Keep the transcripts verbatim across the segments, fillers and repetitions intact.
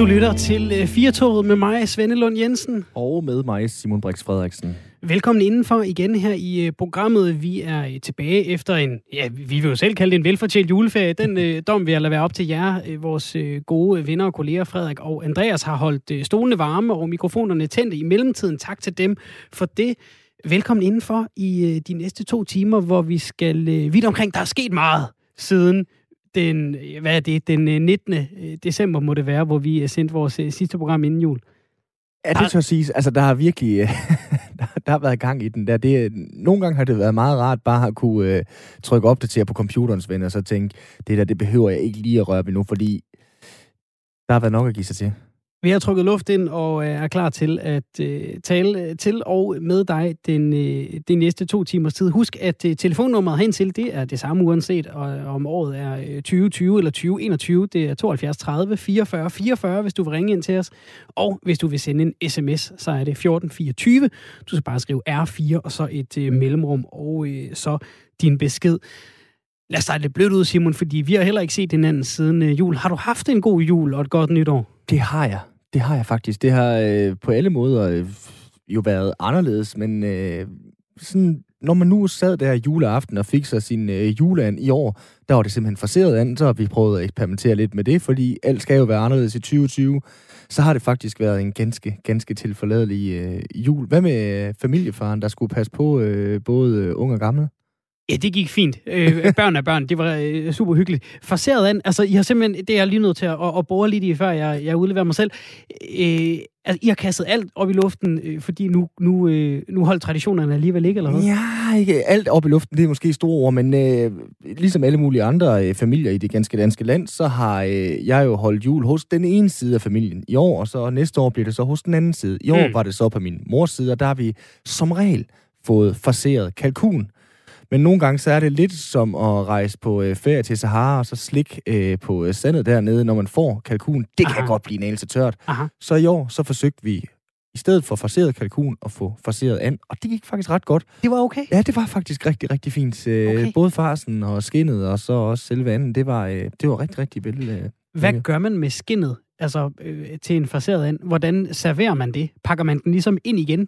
Du lytter til Firtoget med mig, Svende Lund Jensen. Og med mig, Simon Brix Frederiksen. Velkommen indenfor igen her i programmet. Vi er tilbage efter en, ja, vi vil jo selv kalde det en velfortjent juleferie. Den øh, dom vil jeg lade være op til jer. Øh, vores øh, gode venner og kolleger, Frederik og Andreas, har holdt øh, stolene varme og mikrofonerne tændte i mellemtiden. Tak til dem for det. Velkommen indenfor i øh, de næste to timer, hvor vi skal øh, vidt omkring. Der er sket meget siden den, hvad er det, den nittende december må det være, hvor vi sendte vores sidste program inden jul. Ja, det tør at sige. Altså, der har virkelig der, der har været gang i den der. Det, nogle gange har det været meget rart bare at kunne uh, trykke opdatere på computeren, Svend, og så tænke, det der, det behøver jeg ikke lige at røre ved nu, fordi der har været nok at give sig til. Vi har trukket luft ind og er klar til at øh, tale til og med dig den, øh, de næste to timers tid. Husk, at øh, telefonnummeret hen til, det er det samme uanset, og om året er øh, tyve tyve eller tyve enogtyve. Det er tooghalvfjerds tredive fireogfyrre fireogfyrre, hvis du vil ringe ind til os. Og hvis du vil sende en sms, så er det fjorten fireogtyve. Du skal bare skrive R fire og så et øh, mellemrum og øh, så din besked. Lad os starte lidt blødt ud, Simon, fordi vi har heller ikke set hinanden siden øh, jul. Har du haft en god jul og et godt nytår? Det har jeg. Det har jeg faktisk. Det har øh, på alle måder øh, jo været anderledes, men øh, sådan, når man nu sad der juleaften og fik sig sin øh, juleand i år, der var det simpelthen forseret an, så har vi prøvet at eksperimentere lidt med det, fordi alt skal jo være anderledes i tyve tyve. Så har det faktisk været en ganske, ganske tilforladelig øh, jul. Hvad med øh, familiefaren, der skulle passe på øh, både øh, unge og gamle? Ja, det gik fint. Øh, børn er børn, det var øh, super hyggeligt. Forseret an, altså I har simpelthen, det er jeg lige nødt til at, at, at bore lidt i, før jeg, jeg udleverer mig selv. Øh, altså, I har kastet alt op i luften, øh, fordi nu, nu, øh, nu holdt traditionerne alligevel ikke, eller hvad? Ja, ikke alt op i luften, det er måske store ord, men øh, ligesom alle mulige andre øh, familier i det ganske danske land, så har øh, jeg jo holdt jul hos den ene side af familien i år, og så næste år bliver det så hos den anden side. I år mm. var det så på min mors side, og der har vi som regel fået forseret kalkun. Men nogle gange, så er det lidt som at rejse på øh, ferie til Sahara, og så slik øh, på øh, sandet dernede, når man får kalkun. Det kan Aha. godt blive en anelse tørt. Aha. Så i år, så forsøgte vi, i stedet for forseret kalkun, at få forseret and. Og det gik faktisk ret godt. Det var okay? Ja, det var faktisk rigtig, rigtig fint. Øh, okay. Både farsen og skinnet, og så også selve anden. Det var, øh, det var rigtig, rigtig vel. Øh, Hvad gør man med skinnet, altså øh, til en forseret and? Hvordan serverer man det? Pakker man den ligesom ind igen?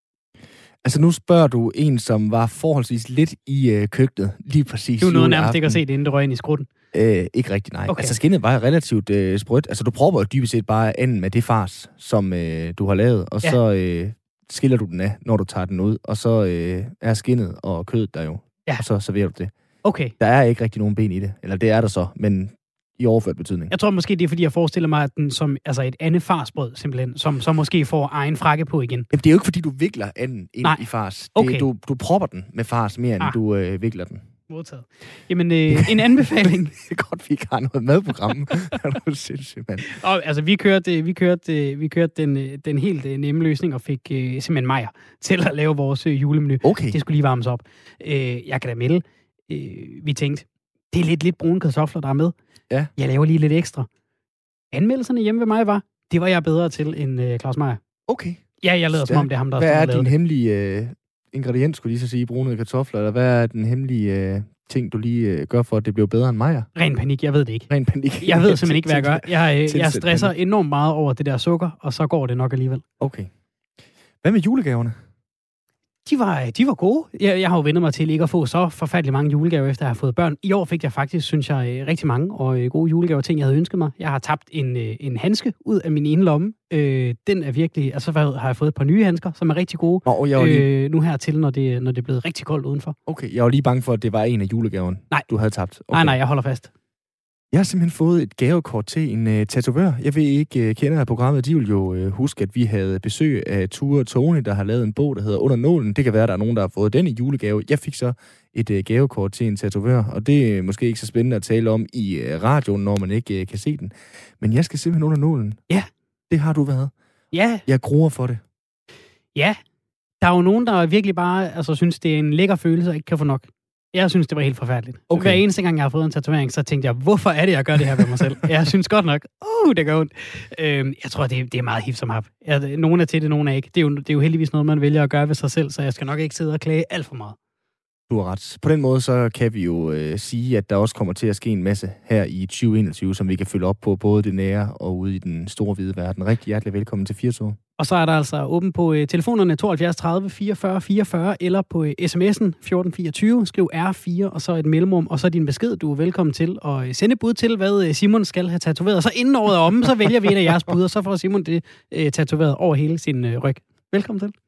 Altså, nu spørger du en, som var forholdsvis lidt i øh, køkkenet, lige præcis. Du nåede nærmest ikke at se det, inden det røg ind i skrutten. Øh, ikke rigtigt, nej. Okay. Altså, skinnet var relativt øh, sprødt. Altså, du propper jo dybest set bare anden med det fars, som øh, du har lavet, og ja. så øh, skiller du den af, når du tager den ud, og så øh, er skinnet og kødet der jo, ja. og så serverer du det. Okay. Der er ikke rigtig nogen ben i det, eller det er der så, men i overført betydning. Jeg tror måske, det er, fordi jeg forestiller mig, at den som altså et andet farsbrød, simpelthen, som så måske får egen frakke på igen. Jamen, det er jo ikke, fordi du vikler anden ind Nej. i fars. Det, okay. du, du propper den med fars mere, end ah. du øh, vikler den. Modtaget. Jamen, øh, en anbefaling. Det er godt, vi ikke har noget madprogram. Det er sindssygt, mand. Og, altså, vi kørte, vi kørte, vi kørte den, den helt nemme løsning og fik øh, simpelthen Meyer til at lave vores øh, julemenu. Okay. Det skulle lige varmes op. Øh, jeg kan da melde. Øh, vi tænkte, det er lidt, lidt brune kartofler, der er med. Ja. Jeg laver lige lidt ekstra. Anmeldelserne hjemme ved mig var, det var jeg bedre til end øh, Claus Meyer. Okay. Ja, jeg lader som om det er ham, der Hvad er din det. hemmelige øh, ingrediens, skulle lige så sige, brune kartofler, eller hvad er den hemmelige øh, ting, du lige øh, gør for, at det bliver bedre end Meyer? Ren panik, jeg ved det ikke. Ren panik. Jeg ved simpelthen ikke, hvad jeg gør. Jeg, øh, jeg stresser enormt meget over det der sukker, og så går det nok alligevel. Okay. Hvad med julegaverne? De var, de var gode. Jeg, jeg har jo vendt mig til ikke at få så forfærdelig mange julegaver, efter jeg har fået børn. I år fik jeg faktisk, synes jeg, rigtig mange og gode julegaver, ting jeg havde ønsket mig. Jeg har tabt en, en handske ud af min ene lomme. Øh, den er virkelig... Altså, har jeg fået et par nye handsker, som er rigtig gode. Nå, jeg lige... øh, nu her til, når det, når det er blevet rigtig koldt udenfor. Okay, jeg var lige bange for, at det var en af julegaverne, nej. du havde tabt. Okay. Nej, nej, jeg holder fast. Jeg har simpelthen fået et gavekort til en uh, tatovør. Jeg ved ikke, uh, kender af programmet, de vil jo uh, huske, at vi havde besøg af Ture Tony, der har lavet en bog, der hedder Under Nålen. Det kan være, at der er nogen, der har fået den i julegave. Jeg fik så et uh, gavekort til en tatovør, og det er måske ikke så spændende at tale om i uh, radioen, når man ikke uh, kan se den. Men jeg skal simpelthen under nålen. Ja. Det har du været. Ja. Jeg gruer for det. Ja. Der er jo nogen, der virkelig bare altså, synes, det er en lækker følelse, og ikke kan få nok. Jeg synes, det var helt forfærdeligt. Okay. Hver eneste gang, jeg har fået en tatovering, så tænkte jeg, hvorfor er det, jeg gør det her ved mig selv? Jeg synes godt nok, uh, det gør ondt. Øhm, jeg tror, det, det er meget hip som hap. Jeg, nogen er til det, nogen er ikke. Det er, jo, det er jo heldigvis noget, man vælger at gøre ved sig selv, så jeg skal nok ikke sidde og klage alt for meget. Du har ret. På den måde, så kan vi jo øh, sige, at der også kommer til at ske en masse her i tyve enogtyve, som vi kan følge op på, både det nære og ude i den store hvide verden. Rigtig hjertelig velkommen til Firtoget. Og så er der altså åben på øh, telefonerne tooghalvfjerds tredive fireogfyrre fireogfyrre, eller på øh, sms'en fjorten fireogtyve. Skriv R fire, og så et mellemrum, og så din besked. Du er velkommen til at øh, sende bud til, hvad øh, Simon skal have tatoveret. Så inden året er omme, så vælger vi et af jeres bud, og så får Simon det øh, tatoveret over hele sin øh, ryg. Velkommen til.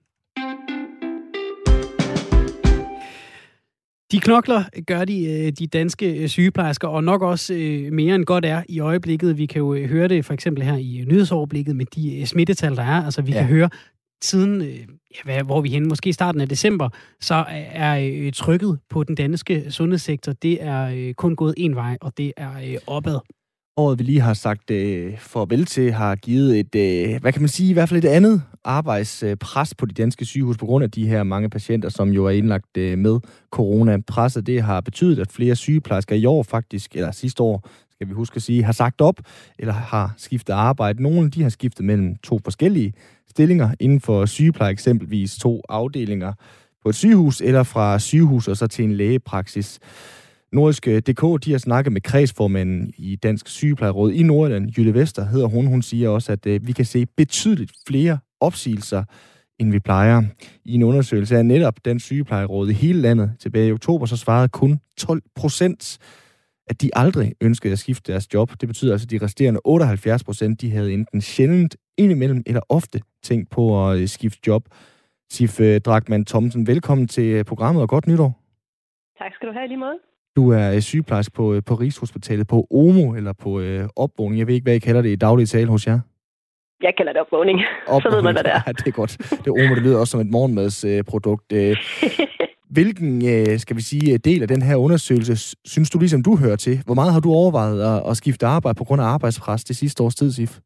De knokler gør de, de danske sygeplejersker, og nok også mere end godt er i øjeblikket. Vi kan jo høre det for eksempel her i nyhedsoverblikket med de smittetal, der er. Altså vi ja. kan høre siden, ja, hvor vi er henne, måske starten af december, så er trykket på den danske sundhedssektor, det er kun gået en vej, og det er opad. Året, vi lige har sagt øh, farvel til, har givet et, øh, hvad kan man sige, i hvert fald et andet arbejdspres på de danske sygehus på grund af de her mange patienter, som jo er indlagt øh, med coronapresset. Det har betydet, at flere sygeplejersker i år faktisk, eller sidste år, skal vi huske at sige, har sagt op, eller har skiftet arbejde. Nogle de har skiftet mellem to forskellige stillinger inden for sygepleje, eksempelvis to afdelinger på et sygehus, eller fra sygehus og så til en lægepraksis. Nordisk punktum d k, de har snakket med kredsformanden i Dansk Sygeplejeråd i Nordjylland. Jytte Vester hedder hun. Hun siger også, at øh, vi kan se betydeligt flere opsigelser, end vi plejer. I en undersøgelse af netop Dansk Sygeplejeråd i hele landet tilbage i oktober, så svarede kun tolv procent, at de aldrig ønskede at skifte deres job. Det betyder altså, at de resterende otteoghalvfjerds procent, de havde enten sjældent, indimellem eller ofte tænkt på at skifte job. Sif Drachmann Thomsen, velkommen til programmet og godt nytår. Tak skal du have, lige måde. Du er sygeplejerske på, på Rigshospitalet på O M O, eller på øh, opvågning. Jeg ved ikke, hvad I kalder det i daglig tale hos jer. Jeg kalder det opvågning. opvågning. Så ved man, hvad det er. Ja, det er godt. Det O M O, det lyder også som et morgenmadsprodukt. Øh, hvilken, øh, skal vi sige, del af den her undersøgelse synes du ligesom, du hører til? Hvor meget har du overvejet at, at skifte arbejde på grund af arbejdspres det sidste års tid, Sif?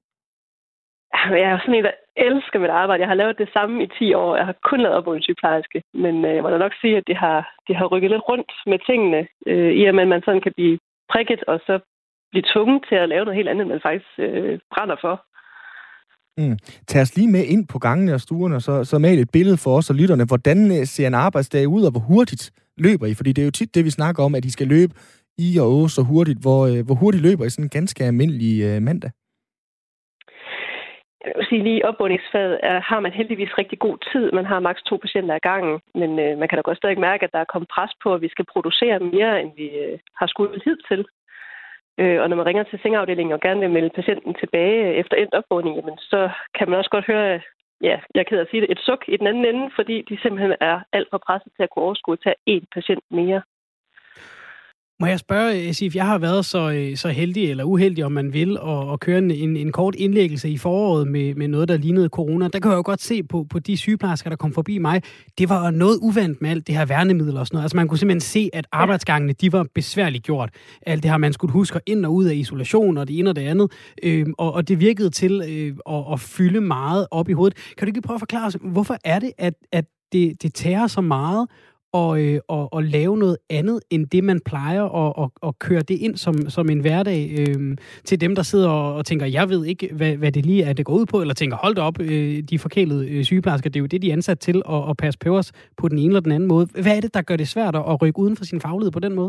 Jeg er sådan en, der elsker mit arbejde. Jeg har lavet det samme i ti år. Jeg har kun lavet opvågningssygeplejerske. Men øh, jeg må da nok sige, at det har, det har rykket lidt rundt med tingene. Øh, I og med, at man sådan kan blive prikket, og så blive tvunget til at lave noget helt andet, end man faktisk øh, brænder for. Mm. Tag os lige med ind på gangene og stuerne, og så, så mal et billede for os og lytterne. Hvordan ser en arbejdsdag ud, og hvor hurtigt løber I? Fordi det er jo tit det, vi snakker om, at I skal løbe i og å så hurtigt. Hvor, øh, hvor hurtigt løber I sådan en ganske almindelig øh, mandag? Jeg vil sige, lige i opvågningsfaget er, har man heldigvis rigtig god tid. Man har maks to patienter ad gangen, men øh, man kan da godt stadig mærke, at der er kommet pres på, at vi skal producere mere, end vi øh, har skulle hidtil. Øh, og når man ringer til sengeafdelingen og gerne vil melde patienten tilbage efter endt opvågning, jamen, så kan man også godt høre, ja, jeg er ked af at sige det, et suk i den anden ende, fordi de simpelthen er alt for presset til at kunne overskue at tage én patient mere. Må jeg spørge, Sif, jeg har været så, så heldig eller uheldig, om man vil, at, at køre en, en kort indlæggelse i foråret med, med noget, der lignede corona. Der kan jeg jo godt se på, på de sygeplejersker, der kom forbi mig. Det var noget uvandt med alt det her værnemiddel og sådan noget. Altså man kunne simpelthen se, at arbejdsgangene, de var besværligt gjort. Alt det her, man skulle huske ind og ud af isolation og det ene og det andet. Øhm, og, og det virkede til øh, at, at fylde meget op i hovedet. Kan du ikke lige prøve at forklare os, hvorfor er det, at, at det, det tager så meget Og, øh, og, og lave noget andet, end det, man plejer, og, og, og køre det ind som, som en hverdag øh, til dem, der sidder og, og tænker, jeg ved ikke, hvad, hvad det lige er, det går ud på, eller tænker, hold da op, øh, de forkælede øh, sygeplejersker, det er jo det, de er ansat til at, at passe på os på den ene eller den anden måde. Hvad er det, der gør det svært at rykke uden for sin faglighed på den måde?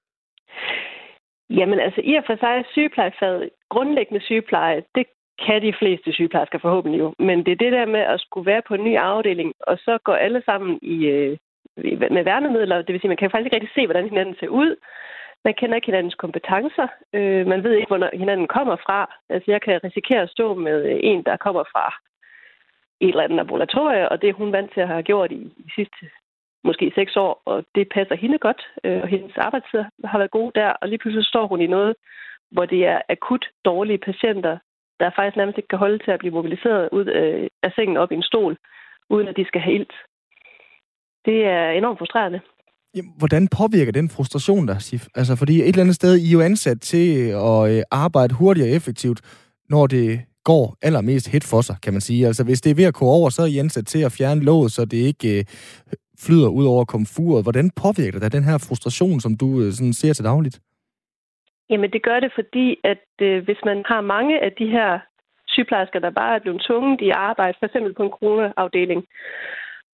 Jamen altså, i og for sig sygeplejefaget, grundlæggende sygepleje, det kan de fleste sygeplejersker forhåbentlig jo, men det er det der med at skulle være på en ny afdeling, og så går alle sammen i... Øh, med værnemidler, det vil sige, man kan faktisk ikke rigtig se, hvordan hinanden ser ud. Man kender ikke hinandens kompetencer. Øh, man ved ikke, hvor hinanden kommer fra. Altså, jeg kan risikere at stå med en, der kommer fra et eller andet laboratorie, og det er hun vant til at have gjort i de sidste måske seks år, og det passer hende godt, øh, og hendes arbejdstid har været gode der, og lige pludselig står hun i noget, hvor det er akut dårlige patienter, der faktisk nærmest ikke kan holde til at blive mobiliseret ud af sengen op i en stol, uden at de skal have ilt. Det er enormt frustrerende. Jamen, hvordan påvirker den frustration der, Sif? Altså, fordi et eller andet sted, I er jo ansat til at arbejde hurtigt og effektivt, når det går allermest hit for sig, kan man sige. Altså, hvis det er ved at gå over, så er I ansat til at fjerne låget, så det ikke øh, flyder ud over komfuret. Hvordan påvirker det den her frustration, som du øh, sådan ser til dagligt? Jamen, det gør det, fordi at øh, hvis man har mange af de her sygeplejersker, der bare er blevet tvunget i arbejde, for eksempel på en coronaafdeling,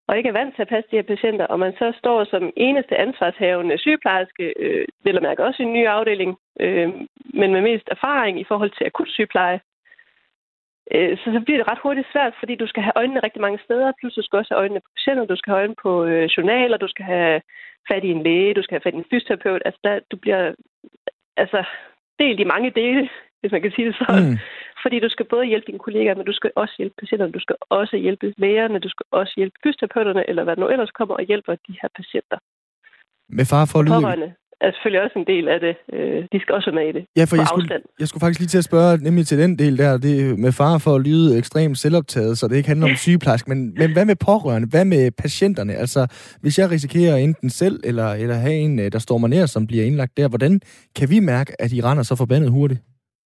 og ikke er vant til at passe de her patienter, og man så står som eneste ansvarshavende sygeplejerske, øh, vil jeg mærke også i en ny afdeling, øh, men med mest erfaring i forhold til akut sygepleje, øh, så, så bliver det ret hurtigt svært, fordi du skal have øjnene rigtig mange steder, plus du skal også have øjnene på patienter, du skal have øjnene på øh, journaler, du skal have fat i en læge, du skal have fat i en fysioterapeut, altså der, du bliver altså delt i mange dele, hvis man kan sige det sådan. Mm. Fordi du skal både hjælpe dine kollegaer, men du skal også hjælpe patienterne, du skal også hjælpe lægerne, du skal også hjælpe fysioterapeuterne, eller hvad der nu ellers kommer og hjælper de her patienter. Med far for at lyde... Pårørende er selvfølgelig også en del af det. De skal også med i det. Ja, for jeg skulle, jeg skulle faktisk lige til at spørge nemlig til den del der, det med far for at lyde ekstremt selvoptaget, så det ikke handler om sygeplejersk, men, men hvad med pårørende? Hvad med patienterne? Altså, hvis jeg risikerer enten selv, eller, eller have en, der står mig nær, som bliver indlagt der, hvordan kan vi mærke, at de render så forbandet hurtigt?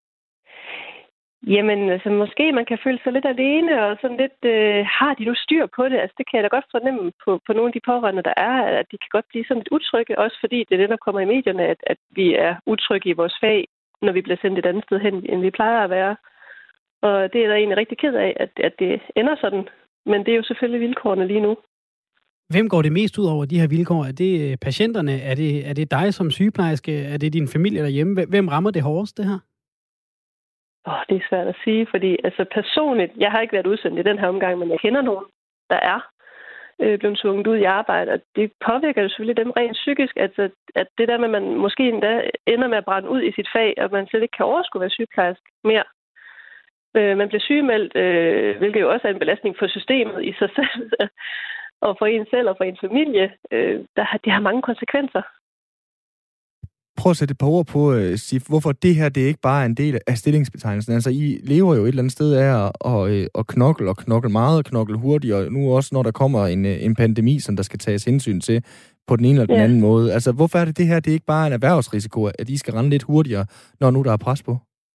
Jamen, altså måske man kan føle sig lidt alene, og sådan lidt, øh, har de nu styr på det? Altså, det kan jeg da godt fornemme på, på nogle af de pårørende, der er, at de kan godt blive sådan lidt utrygge, også fordi det er det, der kommer i medierne, at, at vi er utrygge i vores fag, når vi bliver sendt et andet sted hen, end vi plejer at være. Og det er der egentlig rigtig ked af, at, at det ender sådan. Men det er jo selvfølgelig vilkårene lige nu. Hvem går det mest ud over de her vilkår? Er det patienterne? Er det, er det dig som sygeplejerske? Er det din familie derhjemme? Hvem rammer det hårdest, det her? Oh, det er svært at sige, fordi altså personligt, jeg har ikke været udsendt i den her omgang, men jeg kender nogen, der er øh, blevet tvunget ud i arbejde, og det påvirker jo selvfølgelig dem rent psykisk, altså, at det der med, at man måske endda ender med at brænde ud i sit fag, og man slet ikke kan overskue at være sygeplejerske mere. Øh, man bliver sygemeldt, øh, hvilket jo også er en belastning for systemet i sig selv, og for en selv og for en familie. Øh, der, det har mange konsekvenser. Prøv at sætte et par ord på, Sif, hvorfor det her, det er ikke bare en del af stillingsbetegnelsen. Altså, I lever jo et eller andet sted af at, at, at knokle, og knokle meget, og knokle hurtigt, og nu også, når der kommer en, en pandemi, som der skal tages hensyn til på den ene eller den ja. anden måde. Altså, hvorfor er det det her, det er ikke bare en erhvervsrisiko, at I skal rende lidt hurtigere, når nu der er pres på?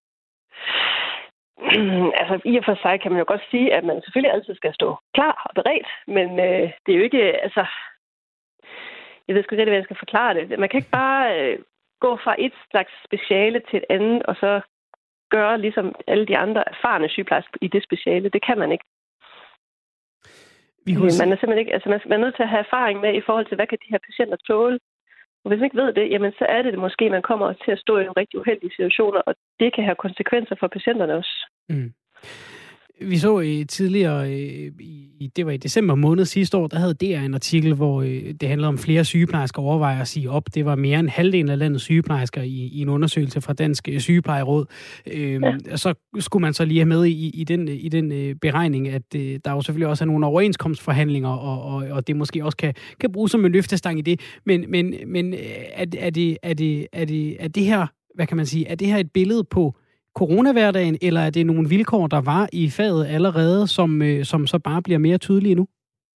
Altså, i og for sig kan man jo godt sige, at man selvfølgelig altid skal stå klar og beredt, men øh, det er jo ikke, altså... Jeg ved sgu ikke rigtig, hvad jeg skal forklare det. Man kan ikke bare... Øh, gå fra et slags speciale til et andet, og så gøre ligesom alle de andre erfarne sygeplejersker i det speciale. Det kan man ikke. Vi man er simpelthen ikke, altså man er nødt til at have erfaring med i forhold til, hvad kan de her patienter tåle. Og hvis man ikke ved det, jamen så er det, det måske, man kommer til at stå i nogle rigtig uheldige situationer, og det kan have konsekvenser for patienterne også. Mm. Vi så i tidligere, i, det var i december måned sidste år, der havde D R en artikel, hvor det handlede om flere sygeplejersker overvejer at sige op. Det var mere end halvdelen af landets sygeplejersker i, i en undersøgelse fra Dansk Sygeplejeråd. Øhm, ja. Så skulle man så lige have med i, i den, i den beregning, at øh, der jo selvfølgelig også er nogle overenskomstforhandlinger, og, og, og det måske også kan, kan bruges som en løftestang i det. Men, men, men er, er, det, er, det, er, det, er det her, hvad kan man sige, er det her et billede på coronahverdagen, eller er det nogle vilkår, der var i faget allerede, som, øh, som så bare bliver mere tydelige nu?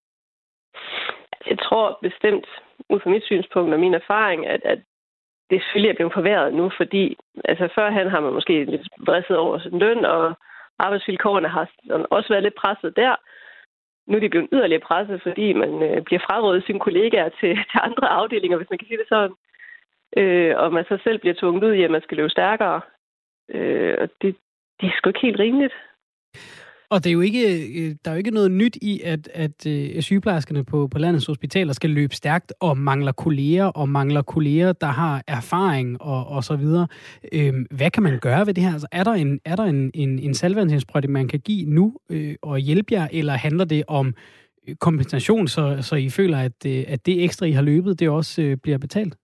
Jeg tror bestemt, ud fra mit synspunkt og min erfaring, at, at det selvfølgelig er blevet forværret nu, fordi altså førhen har man måske lidt stresset over sin løn, og arbejdsvilkårene har også været lidt presset der. Nu er de blevet yderligere presset, fordi man øh, bliver frarådet sine kollegaer til, til andre afdelinger, hvis man kan sige det sådan. Øh, og man så selv bliver tvunget ud i, at man skal løbe stærkere. Øh, og det, det er sgu ikke helt rimeligt. Og det er jo ikke, der er jo ikke noget nyt i, at, at øh, sygeplejerskerne på, på landets hospitaler skal løbe stærkt og mangler kolleger, og mangler kolleger, der har erfaring og, og så videre. Øh, hvad kan man gøre ved det her? Altså, er der en, er der en, en, en saltvandsindsprøjtning, man kan give nu øh, og hjælpe jer, eller handler det om kompensation, så, så I føler, at, øh, at det ekstra, I har løbet, det også øh, bliver betalt?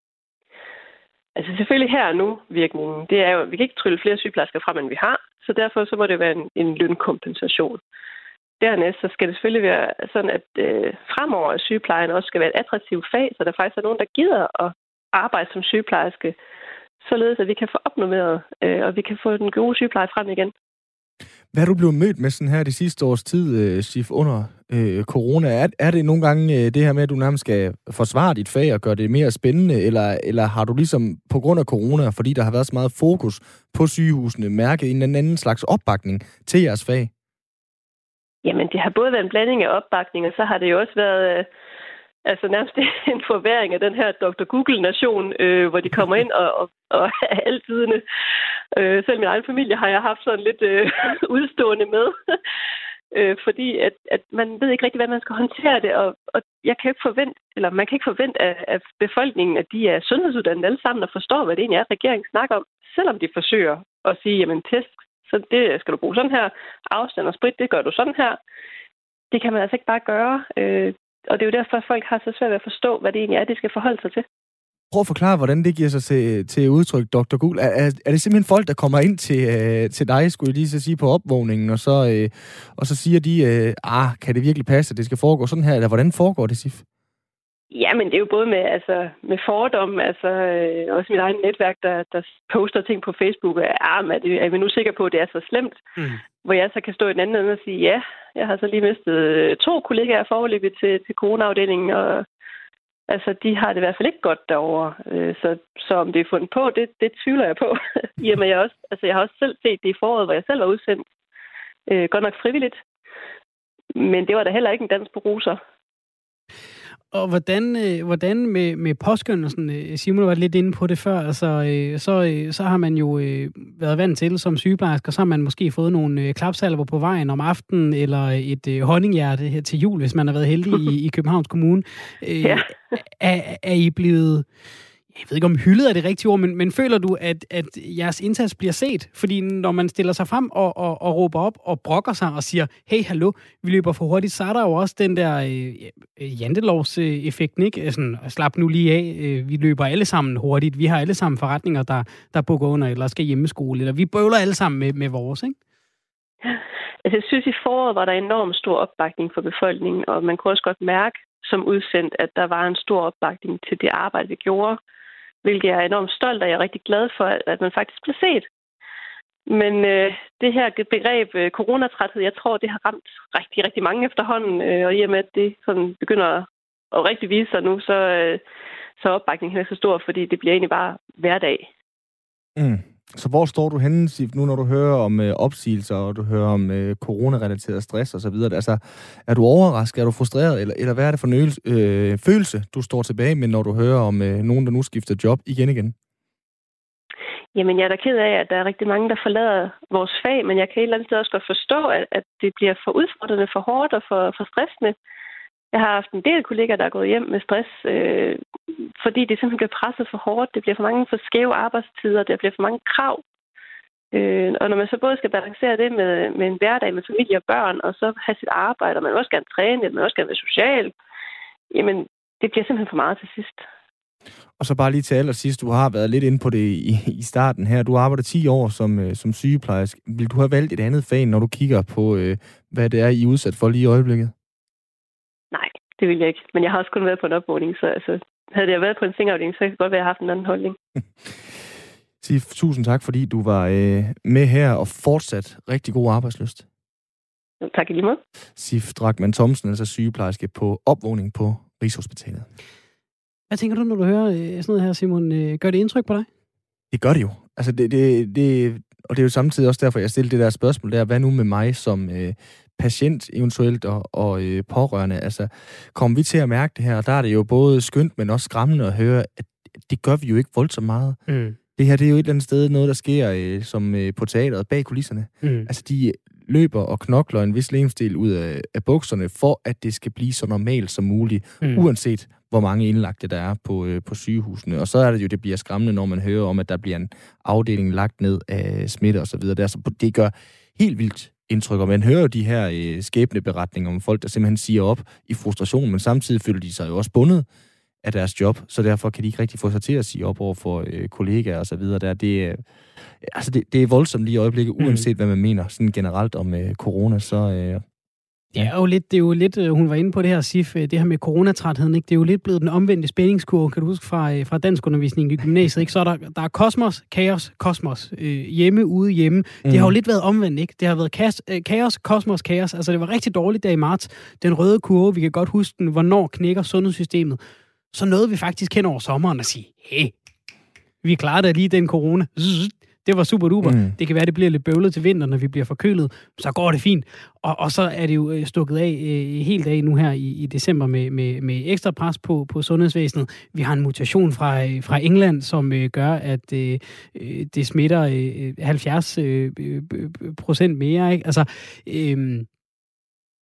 Altså selvfølgelig her og nu virkningen, det er jo, vi kan ikke trylle flere sygeplejersker frem, end vi har, så derfor så må det være en, en lønkompensation. Dernæst så skal det selvfølgelig være sådan, at øh, fremover sygeplejen også skal være et attraktivt fag, så der faktisk er nogen, der gider at arbejde som sygeplejerske, således at vi kan få opnormeret, øh, og vi kan få den gode sygepleje frem igen. Hvad er du blevet mødt med sådan her de sidste års tid, Sif, under øh, corona? Er, er det nogle gange øh, det her med, at du nærmest skal forsvare dit fag og gøre det mere spændende, eller, eller har du ligesom på grund af corona, fordi der har været så meget fokus på sygehusene, mærket en eller anden slags opbakning til jeres fag? Jamen, det har både været en blanding af opbakning, og så har det jo også været... Øh, Altså nærmest en forværing af den her doktor Google-nation, øh, hvor de kommer ind og, og, og er altidende. Øh, selv min egen familie har jeg haft sådan lidt øh, udstående med. øh, fordi at, at man ved ikke rigtig, hvad man skal håndtere det, og, og jeg kan ikke forvente, eller man kan ikke forvente af, af befolkningen, at de er sundhedsuddannede alle sammen og forstår, hvad det egentlig er, regeringen snakker om, selvom de forsøger at sige, jamen test, så det skal du bruge sådan her, afstand og sprit, det gør du sådan her. Det kan man altså ikke bare gøre, øh, og det er jo derfor, at folk har så svært ved at forstå, hvad det egentlig er, de skal forholde sig til. Prøv at forklare, hvordan det giver sig til, til udtryk, doktor Gul. Er, er, er det simpelthen folk, der kommer ind til, øh, til dig, skulle jeg lige så sige, på opvågningen, og så, øh, og så siger de, øh, ah, kan det virkelig passe, at det skal foregå sådan her, eller hvordan foregår det, Sif? Ja, men det er jo både med, altså, med fordomme, altså øh, også mit eget netværk, der, der poster ting på Facebook, og ah, er, det, er vi nu sikre på, at det er så slemt? Mm. Hvor jeg så kan stå i den anden ende og sige, ja, jeg har så lige mistet to kollegaer foreløbig til, til coronaafdelingen, og altså, de har det i hvert fald ikke godt derovre. Så, så om det er fundet på, det, det tvivler jeg på. I og med, jeg, også, altså, jeg har også selv set det i foråret, hvor jeg selv var udsendt. Øh, godt nok frivilligt. Men det var da heller ikke en dans på roser. Og hvordan, øh, hvordan med, med påskyndelsen, Simon var lidt inde på det før, altså, øh, så, øh, så har man jo øh, været vant til som sygeplejersker, så har man måske fået nogle øh, klapsalver på vejen om aftenen, eller et øh, honninghjerte her til jul, hvis man har været heldig i, i Københavns Kommune. Øh, ja. er, er I blevet... Jeg ved ikke, om hyldet er det rigtige ord, men, men føler du, at, at jeres indsats bliver set? Fordi når man stiller sig frem og, og, og råber op og brokker sig og siger, hey, hallo, vi løber for hurtigt, så er der jo også den der øh, jantelovseffekten, ikke? Sådan, slap nu lige af, øh, vi løber alle sammen hurtigt, vi har alle sammen forretninger, der, der bukker under, eller skal hjemmeskole, eller vi bøvler alle sammen med, med vores, ikke? Altså, jeg synes, i foråret var der enormt stor opbakning for befolkningen, og man kunne også godt mærke som udsendt, at der var en stor opbakning til det arbejde, vi gjorde, hvilket jeg er enormt stolt af. Jeg er rigtig glad for, at man faktisk blev set. Men øh, det her begreb øh, coronatræthed, jeg tror, det har ramt rigtig, rigtig mange efterhånden. Øh, og i og med, at det sådan begynder at rigtig vise sig nu, så, øh, så er opbakningen her så stor, fordi det bliver egentlig bare hverdag. Mm. Så hvor står du henne, Sif, nu når du hører om øh, opsigelser, og du hører om øh, coronarelateret stress og så videre? Altså, er du overrasket, er du frustreret, eller, eller hvad er det for en øgelse, øh, følelse, du står tilbage med, når du hører om øh, nogen, der nu skifter job igen igen? Jamen, jeg er da ked af, at der er rigtig mange, der forlader vores fag, men jeg kan et eller andet sted også godt forstå, at, at det bliver for udfordrende, for hårdt og for, for stressende. Jeg har haft en del kolleger, der er gået hjem med stress, øh, fordi det simpelthen bliver presset for hårdt. Det bliver for mange for skæve arbejdstider, der bliver for mange krav. Øh, og når man så både skal balancere det med, med en hverdag med familie og børn, og så have sit arbejde, og man vil også gerne træne, man vil også gerne være social, jamen det bliver simpelthen for meget til sidst. Og så bare lige til allersidst, du har været lidt inde på det i, i starten her. Du arbejder ti år som, som sygeplejerske. Vil du have valgt et andet fag, når du kigger på, øh, hvad det er, I er udsat for lige i øjeblikket? Nej, det vil jeg ikke. Men jeg har også kun været på en opvågning, så altså, havde jeg været på en sengeafdeling, så kan det godt være, at jeg har haft en anden holdning. Sif, tusind tak, fordi du var øh, med her og fortsat rigtig god arbejdslyst. Tak i lige måde. Sif Drachmann Thomsen, altså sygeplejerske på opvågning på Rigshospitalet. Hvad tænker du, når du hører sådan noget her, Simon? Gør det indtryk på dig? Det gør det jo. Altså, det, det, det, og det er jo samtidig også derfor, jeg stiller det der spørgsmål der. Hvad nu med mig som øh, patient eventuelt og, og øh, pårørende? Altså, kommer vi til at mærke det her? Og der er det jo både skønt, men også skræmmende at høre, at det gør vi jo ikke voldsomt meget. Mm. Det her, det er jo et eller andet sted noget, der sker øh, som øh, på teateret bag kulisserne. Mm. Altså, de løber og knokler en vis levensdel ud af, af bukserne, for at det skal blive så normalt som muligt, mm. uanset hvor mange indlagte der er på, øh, på sygehusene. Og så er det jo, det bliver skræmmende, når man hører om, at der bliver en afdeling lagt ned af smitte og så videre. Så det gør helt vildt indtryk, og man hører jo de her øh, skæbneberetninger om folk, der simpelthen siger op i frustration, men samtidig føler de sig jo også bundet af deres job, så derfor kan de ikke rigtig få sig til at sige op over for øh, kollegaer og så videre. Der. Det, øh, altså det, det er voldsomt lige i øjeblikket, uanset mm. hvad man mener sådan generelt om øh, corona, så... Øh, Ja, det er jo lidt, det er jo lidt, hun var inde på det her, Sif, det her med coronatrætheden, ikke? Det er jo lidt blevet den omvendte spændingskurve, kan du huske, fra, fra danskundervisningen i gymnasiet, ikke? Så er der, der er kosmos, kaos, kosmos, øh, hjemme, ude, hjemme. Mm. Det har jo lidt været omvendt, ikke? Det har været kaos, kaos, kosmos, kaos. Altså, det var rigtig dårligt der i marts. Den røde kurve, vi kan godt huske den, hvornår knækker sundhedssystemet. Så nåede vi faktisk hen over sommeren at sige, hey, vi klarer da lige den corona. Det var super duper. Mm. Det kan være, det bliver lidt bøvlet til vinter, når vi bliver forkølet. Så går det fint. Og, og så er det jo stukket af øh, helt af nu her i, i december med, med, med ekstra pres på, på sundhedsvæsenet. Vi har en mutation fra, øh, fra England, som øh, gør, at øh, det smitter øh, halvfjerds procent mere. Ikke? Altså, øh,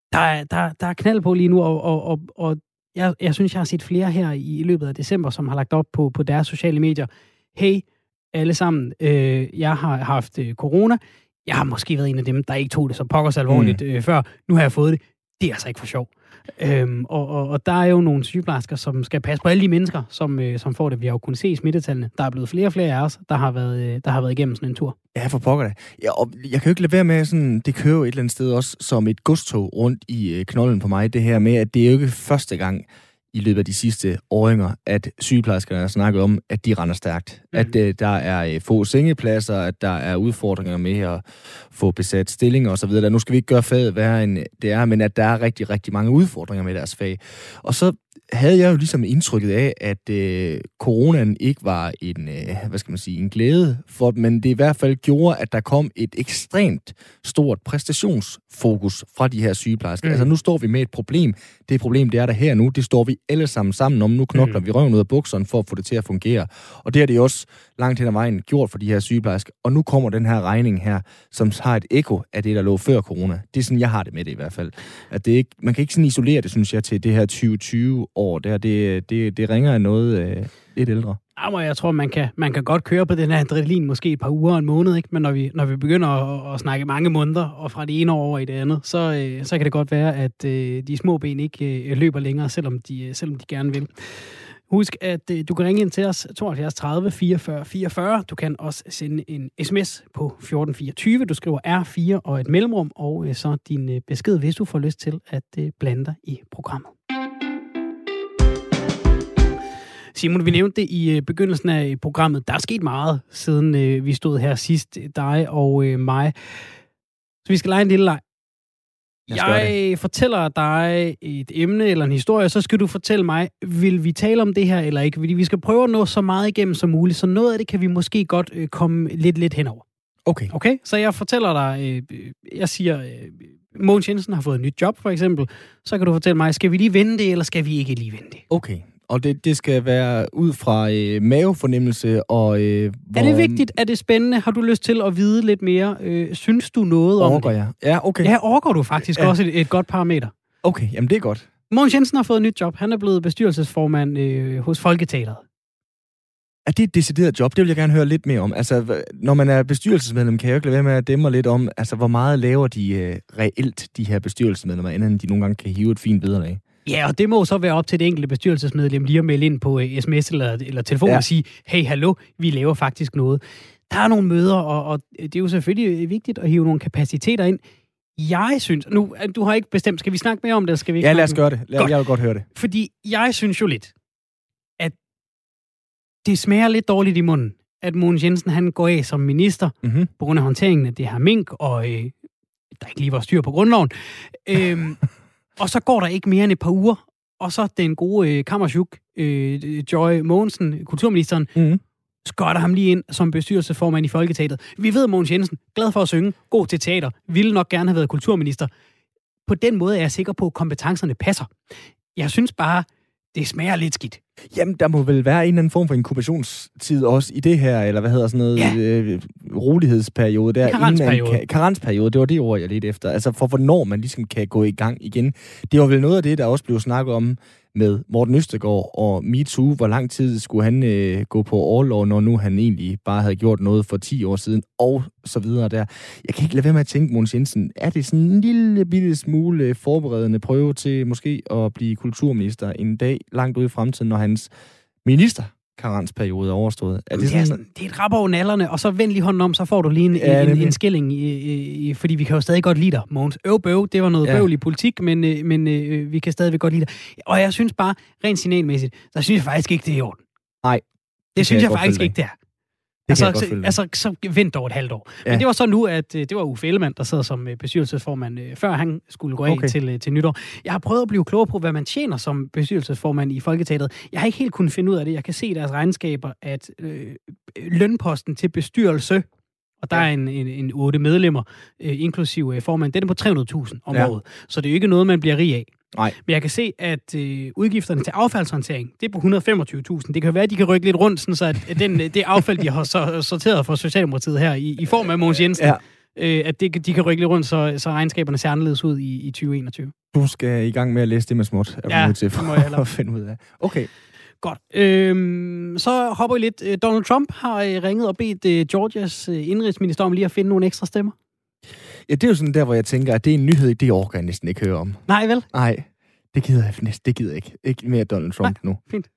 Der er, der, der er knald på lige nu, og, og, og, og jeg, jeg synes, jeg har set flere her i, i løbet af december, som har lagt op på, på deres sociale medier. Hey, alle sammen, øh, jeg har haft øh, corona. Jeg har måske været en af dem, der ikke tog det så pokkers alvorligt mm. øh, før. Nu har jeg fået det. Det er altså ikke for sjov. Øhm, og, og, og der er jo nogle sygeplejersker, som skal passe på alle de mennesker, som, øh, som får det. Vi har jo kunnet se i smittetallene. Der er blevet flere og flere af os, der har været, øh, der har været igennem sådan en tur. Ja, for pokker det. Ja, og jeg kan jo ikke lade være med, sådan, det kører jo et eller andet sted også som et godstog rundt i øh, knolden på mig, det her med, at det er jo ikke første gang i løbet af de sidste åringer, at sygeplejerskerne har snakket om, at de render stærkt. Mm. At øh, der er øh, få sengepladser, at der er udfordringer med at få besat stillinger osv. Nu skal vi ikke gøre faget værre, end det er, men at der er rigtig, rigtig mange udfordringer med deres fag. Og så havde jeg jo ligesom indtrykket af, at øh, coronaen ikke var en, øh, hvad skal man sige, en glæde for dem, men det i hvert fald gjorde, at der kom et ekstremt stort præstationsfokus fra de her sygeplejersker. Mm. Altså nu står vi med et problem. Det problem, det er der her nu. Det står vi alle sammen sammen om. Nu knokler mm. vi røven ud af bukserne for at få det til at fungere. Og det har det også langt hen ad vejen gjort for de her sygeplejersker. Og nu kommer den her regning her, som har et ekko af det, der lå før corona. Det er sådan, jeg har det med det i hvert fald. At det ikke, man kan ikke sådan isolere det, synes jeg, til det her tyve tyve år. Der, det, det, det ringer af noget øh, lidt ældre. Jamen, jeg tror, man kan, man kan godt køre på den her adrenalin måske et par uger og en måned, ikke? Men når vi, når vi begynder at, at snakke mange måneder, og fra det ene år over i det andet, så, øh, så kan det godt være, at øh, de små ben ikke øh, løber længere, selvom de, øh, selvom de gerne vil. Husk, at øh, du kan ringe ind til os tooghalvfjerds tredive fireogfyrre fireogfyrre. Du kan også sende en sms på fjorten fireogtyve. Du skriver R fire og et mellemrum, og øh, så din øh, besked, hvis du får lyst til at øh, blande dig i programmet. Simon, vi nævnte det i begyndelsen af programmet. Der er sket meget, siden øh, vi stod her sidst, dig og øh, mig. Så vi skal lege en lille leg. Jeg, jeg fortæller dig et emne eller en historie, så skal du fortælle mig, vil vi tale om det her eller ikke? Fordi vi skal prøve at nå så meget igennem som muligt, så noget af det kan vi måske godt øh, komme lidt, lidt henover. Okay. Okay, så jeg fortæller dig, øh, jeg siger, øh, Mogens Jensen har fået et nyt job, for eksempel. Så kan du fortælle mig, skal vi lige vende det, eller skal vi ikke lige vende det? Okay. Og det, det skal være ud fra øh, mavefornemmelse og... Øh, hvor... Er det vigtigt? Er det spændende? Har du lyst til at vide lidt mere? Øh, synes du noget om orker det? Jeg. Ja, okay. Ja, orker du faktisk ja. også et, et godt parameter. Okay, jamen det er godt. Mogens Jensen har fået et nyt job. Han er blevet bestyrelsesformand øh, hos Folketeatret. Er det et decideret job? Det vil jeg gerne høre lidt mere om. Altså, når man er bestyrelsesmedlem, kan jeg jo ikke lade være med at dæmme lidt om, altså, hvor meget laver de øh, reelt, de her bestyrelsesmedlemmer, inden de nogle gange kan hive et fint vederlag? Ja, og det må så være op til det enkelte bestyrelsesmedlem lige at melde ind på sms eller, eller telefon ja. og sige, hey, hallo, vi laver faktisk noget. Der er nogle møder, og, og det er jo selvfølgelig vigtigt at hive nogle kapaciteter ind. Jeg synes, nu, du har ikke bestemt, skal vi snakke mere om det, skal vi ikke? Ja, lad os gøre det. Lad, jeg vil godt høre det. Fordi jeg synes jo lidt, at det smager lidt dårligt i munden, at Mogens Jensen, han går af som minister, mm-hmm. på grund af håndteringen af det her mink, og øh, der ikke lige var styr på grundloven. Øhm, Og så går der ikke mere end et par uger, og så den gode øh, kammerchuk, øh, Joy Mogensen, kulturministeren, mm. skøtter ham lige ind som bestyrelsesformand i Folketeatret. Vi ved, at Mogens Jensen, glad for at synge, god til teater, ville nok gerne have været kulturminister. På den måde er jeg sikker på, at kompetencerne passer. Jeg synes bare, det smager lidt skidt. Jamen, der må vel være en eller anden form for inkubationstid også i det her, eller hvad hedder sådan noget, ja. øh, rolighedsperiode der. Karensperiode. Ka- karensperiode, det var det ord, jeg lidt efter. Altså, for hvornår man ligesom kan gå i gang igen. Det var vel noget af det, der også blev snakket om med Morten Østergaard og MeToo. Hvor lang tid skulle han øh, gå på orlov, når nu han egentlig bare havde gjort noget for ti år siden, og så videre der. Jeg kan ikke lade være med at tænke, Mogens Jensen, er det sådan en lille bitte smule forberedende prøve til måske at blive kulturminister en dag langt ude i fremtiden, når hans ministerkarensperiode er overstået? Er det, sådan... det, er sådan, det er et rap over nallerne, og så vend lige hånden om, så får du lige en, ja, en, en skilling, i, i, fordi vi kan jo stadig godt lide dig, Mogens. Øv bøv, det var noget ja. bøvl i politik, men, men øh, vi kan stadigvæk godt lide dig. Og jeg synes bare, rent signalmæssigt, så synes jeg faktisk ikke, det er i orden. Nej. Det, det synes jeg, jeg faktisk ikke, det er. Det altså, så, altså, så vent over et halvt år. Ja. Men det var så nu, at det var Uffe Ellemann, der sad som bestyrelsesformand, før han skulle gå af okay. til, til nytår. Jeg har prøvet at blive klogere på, hvad man tjener som bestyrelsesformand i Folketeatret. Jeg har ikke helt kunnet finde ud af det. Jeg kan se i deres regnskaber, at øh, lønposten til bestyrelse, og der ja. er en, en, en otte medlemmer, øh, inklusive øh, formand, den er på tre hundrede tusind om ja. året. Så det er jo ikke noget, man bliver rig af. Nej. Men jeg kan se, at øh, udgifterne til affaldshåndtering, det er på et hundrede og femogtyve tusind. Det kan være, at de kan rykke lidt rundt, sådan, så at den, det affald, de har så, sorteret fra Socialdemokratiet her i, i form af Mogens Jensen, øh, at det, de kan rykke lidt rundt, så, så regnskaberne ser anderledes ud i, i tyve enogtyve. Du skal i gang med at læse det med småt, er ja, nødt til for at finde ud af. Okay. Godt. Øhm, så hopper vi lidt. Donald Trump har ringet og bedt uh, Georgias uh, indrigsminister om lige at finde nogle ekstra stemmer. Ja, det er jo sådan der, hvor jeg tænker, at det er en nyhed, det orker jeg næsten ikke høre om. Nej, vel? Nej, det gider jeg næsten det gider jeg ikke. Ikke mere Donald Trump Nej, nu. Fint.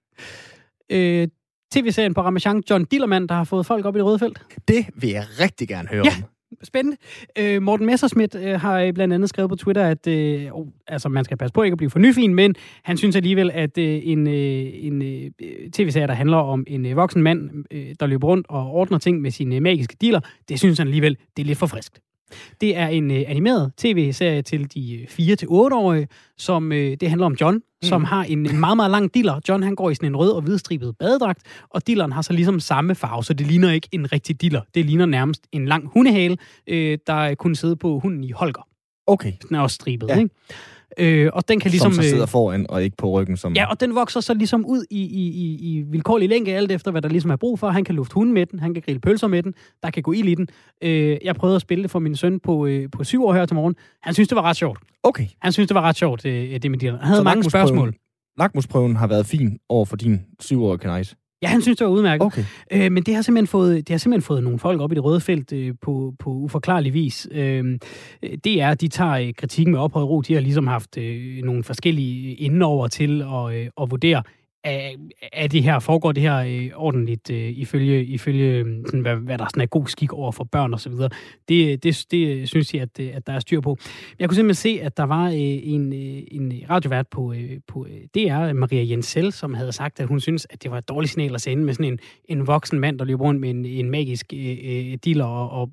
Øh, T V-serien på Ramachan, John Dillermand, der har fået folk op i det røde felt. Det vil jeg rigtig gerne høre ja. om. Spændende. Øh, Morten Messerschmidt øh, har blandt andet skrevet på Twitter, at øh, oh, altså, man skal passe på ikke at blive for nyfin, men han synes alligevel, at øh, en, øh, en øh, tv-serie, der handler om en øh, voksen mand, øh, der løber rundt og ordner ting med sine øh, magiske dealer, det synes han alligevel, det er lidt for friskt. Det er en øh, animeret tv-serie til de fire til otte-årige, som øh, det handler om John, mm. som har en, en meget, meget lang diller. John, han går i sådan en rød og hvidstribet badedragt, og dilleren har så ligesom samme farve, så det ligner ikke en rigtig diller. Det ligner nærmest en lang hundehale, øh, der kunne sidde på hunden i Holger. Okay. Den er også stribet, ja. ikke? Øh, og den kan ligesom, som så sidder foran og ikke på ryggen. Som... Ja, og den vokser så ligesom ud i, i, i, i vilkårlig længde, alt efter hvad der ligesom er brug for. Han kan lufte hunden med den, han kan grille pølser med den, der kan gå ild i den. Øh, jeg prøvede at spille det for min søn på, øh, på syv år her til morgen. Han synes, det var ret sjovt. Okay. Han synes, det var ret sjovt, øh, det med dilleren. Han havde så mange spørgsmål. Lakmusprøven har været fin over for din syvårige knejs. Ja, han synes, det var udmærket. Okay. Øh, men det har, simpelthen fået, det har simpelthen fået nogle folk op i det røde felt øh, på, på uforklarlig vis. Øh, det er, de tager øh, kritikken med ophøjet ro. De har ligesom haft øh, nogle forskellige indenover til at, øh, at vurdere, er, er det her, foregår det her øh, ordentligt øh, ifølge, ifølge sådan, hvad, hvad der sådan er god skik over for børn og så videre. Det, det, det synes jeg, at, at der er styr på. Jeg kunne simpelthen se, at der var øh, en, øh, en radiovært på, øh, på D R, Maria Jensel, som havde sagt, at hun synes, at det var et dårligt signal at sende med sådan en, en voksen mand, der løber rundt med en, en magisk øh, dealer. Og, og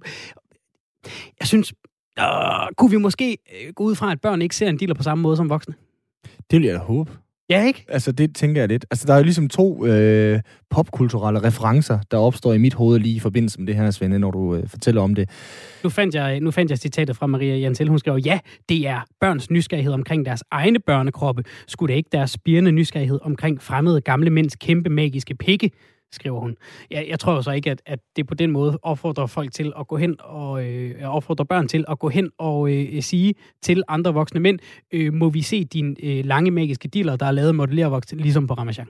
jeg synes, øh, kunne vi måske gå ud fra, at børn ikke ser en dealer på samme måde som voksne? Det vil jeg da håbe. Ja, ikke? Altså, det tænker jeg lidt. Altså, der er jo ligesom to øh, popkulturelle referencer, der opstår i mit hoved lige i forbindelse med det her, Svende, når du øh, fortæller om det. Nu fandt jeg, nu fandt jeg citatet fra Maria Jensel. Hun skrev, ja, det er børns nysgerrighed omkring deres egne børnekroppe. Skulle det ikke deres spirende nysgerrighed omkring fremmede gamle mænds kæmpe magiske pikke, skriver hun. Jeg, jeg tror jo så ikke, at, at det på den måde opfordrer folk til at gå hen og øh, opfordrer børn til at gå hen og øh, sige til andre voksne mænd, øh, må vi se din øh, lange magiske diller, der er lavet modellervoks, ligesom på Ramachan.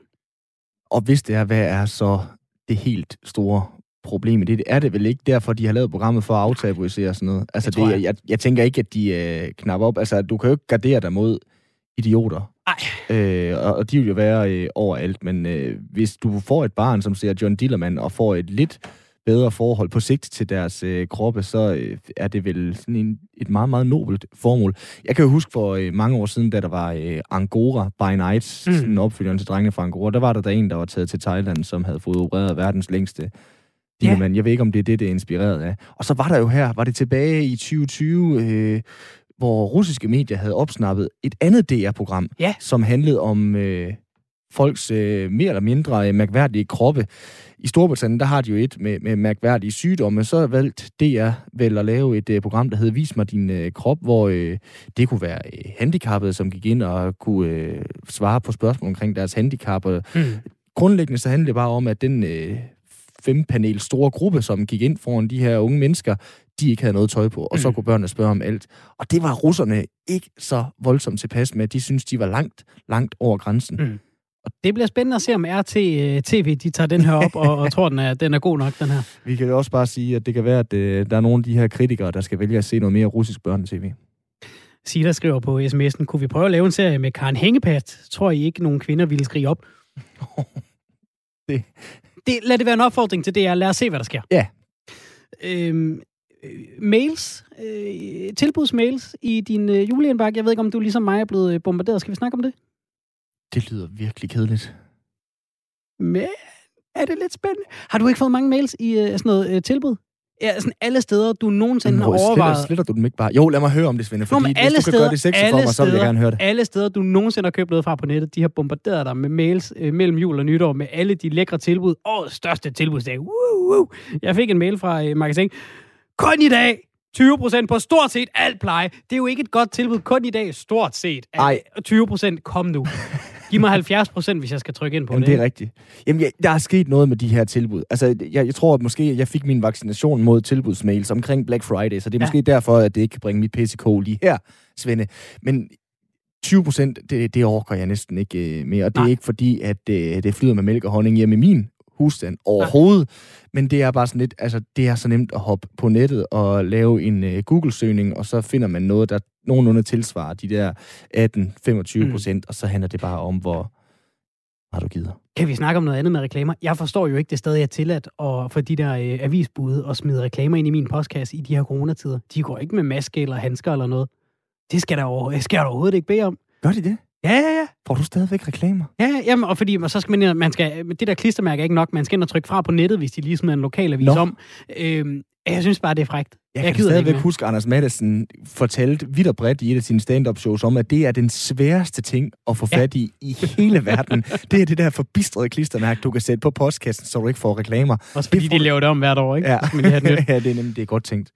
Og hvis det er, hvad er så det helt store problem i det? Er det vel ikke derfor, de har lavet programmet for at aftabuisere sådan noget? Altså, det, jeg. Jeg, jeg tænker ikke, at de øh, knapper op. Altså, du kan jo ikke gardere dig mod idioter. Nej. Øh, og, og de vil jo være øh, overalt, men øh, hvis du får et barn, som ser John Dillermand, og får et lidt bedre forhold på sigt til deres øh, kroppe, så øh, er det vel sådan en, et meget, meget nobelt formål. Jeg kan jo huske for øh, mange år siden, da der var øh, Angora by Night, mm. sådan en opfølgende til drengene fra Angora, der var der, der en, der var taget til Thailand, som havde fået opereret verdens længste Dillermand. Yeah. Jeg ved ikke, om det er det, det er inspireret af. Og så var der jo her, var det tilbage i tyve tyve... Øh, hvor russiske medier havde opsnappet et andet D R-program, ja. som handlede om øh, folks øh, mere eller mindre øh, mærkværdige kroppe. I Storbritannien, der har de jo et med, med mærkværdige sygdomme, så valgte D R vel at lave et øh, program, der hed Vis mig din øh, krop, hvor øh, det kunne være øh, handicappede, som gik ind og kunne øh, svare på spørgsmål omkring deres handicap. Mm. Grundlæggende så handlede det bare om, at den øh, fempanel store gruppe, som gik ind foran de her unge mennesker, de ikke havde noget tøj på, og mm. så kunne børnene spørge om alt. Og det var russerne ikke så voldsomt tilpas med. De synes, de var langt, langt over grænsen. Mm. Og det bliver spændende at se, om R T T V de tager den her op, og, og tror, den er, den er god nok, den her. Vi kan jo også bare sige, at det kan være, at øh, der er nogle af de her kritikere, der skal vælge at se noget mere russisk børne-tv. Sila skriver på sms'en, kunne vi prøve at lave en serie med Karen Hængepat? Tror I ikke, nogen kvinder ville skrige op? det. Det, lad det være en opfordring til det, lad os se, hvad der sker. Ja. Øhm, mails, øh, tilbudsmails i din øh, juleindbakke. Jeg ved ikke, om du ligesom mig er blevet bombarderet. Skal vi snakke om det? Det lyder virkelig kedeligt. Men er det lidt spændende? Har du ikke fået mange mails i øh, sådan noget øh, tilbud? Ja, sådan alle steder, du nogensinde har overvejet... Sletter, sletter du dem ikke bare? Jo, lad mig høre om det, Svende, fordi Nå, hvis alle du steder, kan gøre det sexy for mig, så vil jeg gerne høre det. Alle steder, du nogensinde har købt noget fra på nettet, de har bombarderet dig med mails øh, mellem jul og nytår med alle de lækre tilbud. Årets største tilbudsdag. Woo, woo. Jeg fik en mail fra øh, magasin. Kun i dag tyve procent på stort set alt pleje. Det er jo ikke et godt tilbud. Kun i dag stort set. Ej. tyve procent, kom nu. Giv mig halvfjerds procent, hvis jeg skal trykke ind på Jamen, det. det er rigtigt. Jamen, jeg, der er sket noget med de her tilbud. Altså, jeg, jeg tror, at måske jeg fik min vaccination mod tilbudsmails omkring Black Friday, så det er ja. måske derfor, at det ikke kan bringe mit P C K lige her, Svende. Men tyve procent, det, det orker jeg næsten ikke øh, mere, og det Nej. er ikke fordi, at øh, det flyder med mælk og honning hjemme i min husstand overhovedet, ja. men det er bare sådan lidt, altså det er så nemt at hoppe på nettet og lave en uh, Google-søgning, og så finder man noget, der nogenlunde tilsvarer de der atten til femogtyve procent, mm. og så handler det bare om, hvor har du givet. Kan vi snakke om noget andet med reklamer? Jeg forstår jo ikke, det stadig er tilladt at få de der øh, avisbude og smide reklamer ind i min postkasse i de her coronatider. De går ikke med maske eller handsker eller noget. Det skal der, over, skal der overhovedet ikke bede om. Gør de det? Ja, ja, ja. Får du stadigvæk reklamer? Ja, jamen, og fordi så skal man, man skal, det der klistermærke er ikke nok, man skal ind og trykke fra på nettet, hvis de lige smider en lokalavis Nå. om. Øhm, jeg synes bare, det er frækt. Jeg, jeg kan stadigvæk huske, Anders Matthesen fortalte vidt og bredt i et af sine stand-up shows om, at det er den sværeste ting at få fat i ja. i hele verden. Det er det der forbistrede klistermærke, du kan sætte på postkassen, så du ikke får reklamer. Også fordi får... de laver det om hvert år, ikke? Ja, Men det, her nyt. ja det er nemlig det er godt tænkt.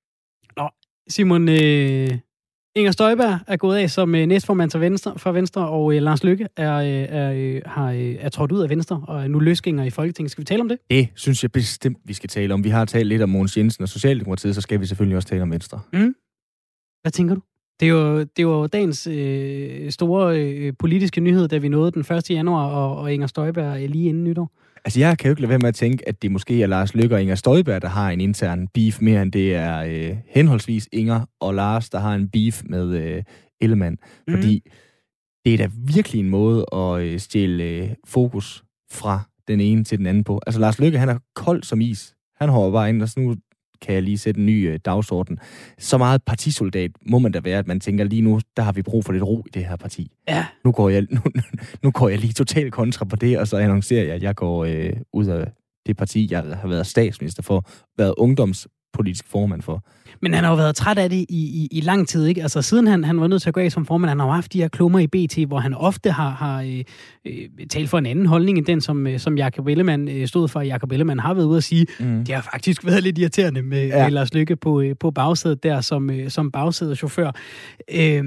Nå, Simon... Øh... Inger Støjberg er gået af som øh, næstformand for Venstre, for Venstre og øh, Lars Løkke er, øh, er, øh, har, øh, er trådt ud af Venstre og er nu løsgænger i Folketinget. Skal vi tale om det? Det synes jeg bestemt, vi skal tale om. Vi har talt lidt om Mogens Jensen og Socialdemokratiet, så skal vi selvfølgelig også tale om Venstre. Mm. Hvad tænker du? Det er jo, det er jo dagens øh, store øh, politiske nyhed, da vi nåede den første januar, og, og Inger Støjberg er lige inden nytår. Altså, jeg kan jo ikke lade være med at tænke, at det måske er Lars Løkke og Inger Støjberg, der har en intern beef, mere end det er øh, henholdsvis Inger og Lars, der har en beef med øh, Ellemann. Mm. Fordi det er da virkelig en måde at øh, stjæle øh, fokus fra den ene til den anden på. Altså, Lars Løkke, han er kold som is. Han hopper bare ind, og så nu kan jeg lige sætte en ny øh, dagsorden. Så meget partisoldat må man da være, at man tænker, lige nu, der har vi brug for lidt ro i det her parti. Ja. Nu går jeg, nu, nu går jeg lige totalt kontra på det, og så annoncerer jeg, at jeg går øh, ud af det parti, jeg har været statsminister for, været ungdomspolitisk formand for. Men han har jo været træt af det i, i, i lang tid, ikke? Altså siden han, han var nødt til at gå af som formand, han har jo haft de her klummer i B T, hvor han ofte har, har øh, øh, talt for en anden holdning end den, som, øh, som Jakob Ellemann øh, stod for. Jakob Ellemann har været ude at sige, mm. det har faktisk været lidt irriterende med, ja. med Lars Løkke på, øh, på bagsædet der som, øh, som bagsædechauffør. Øh,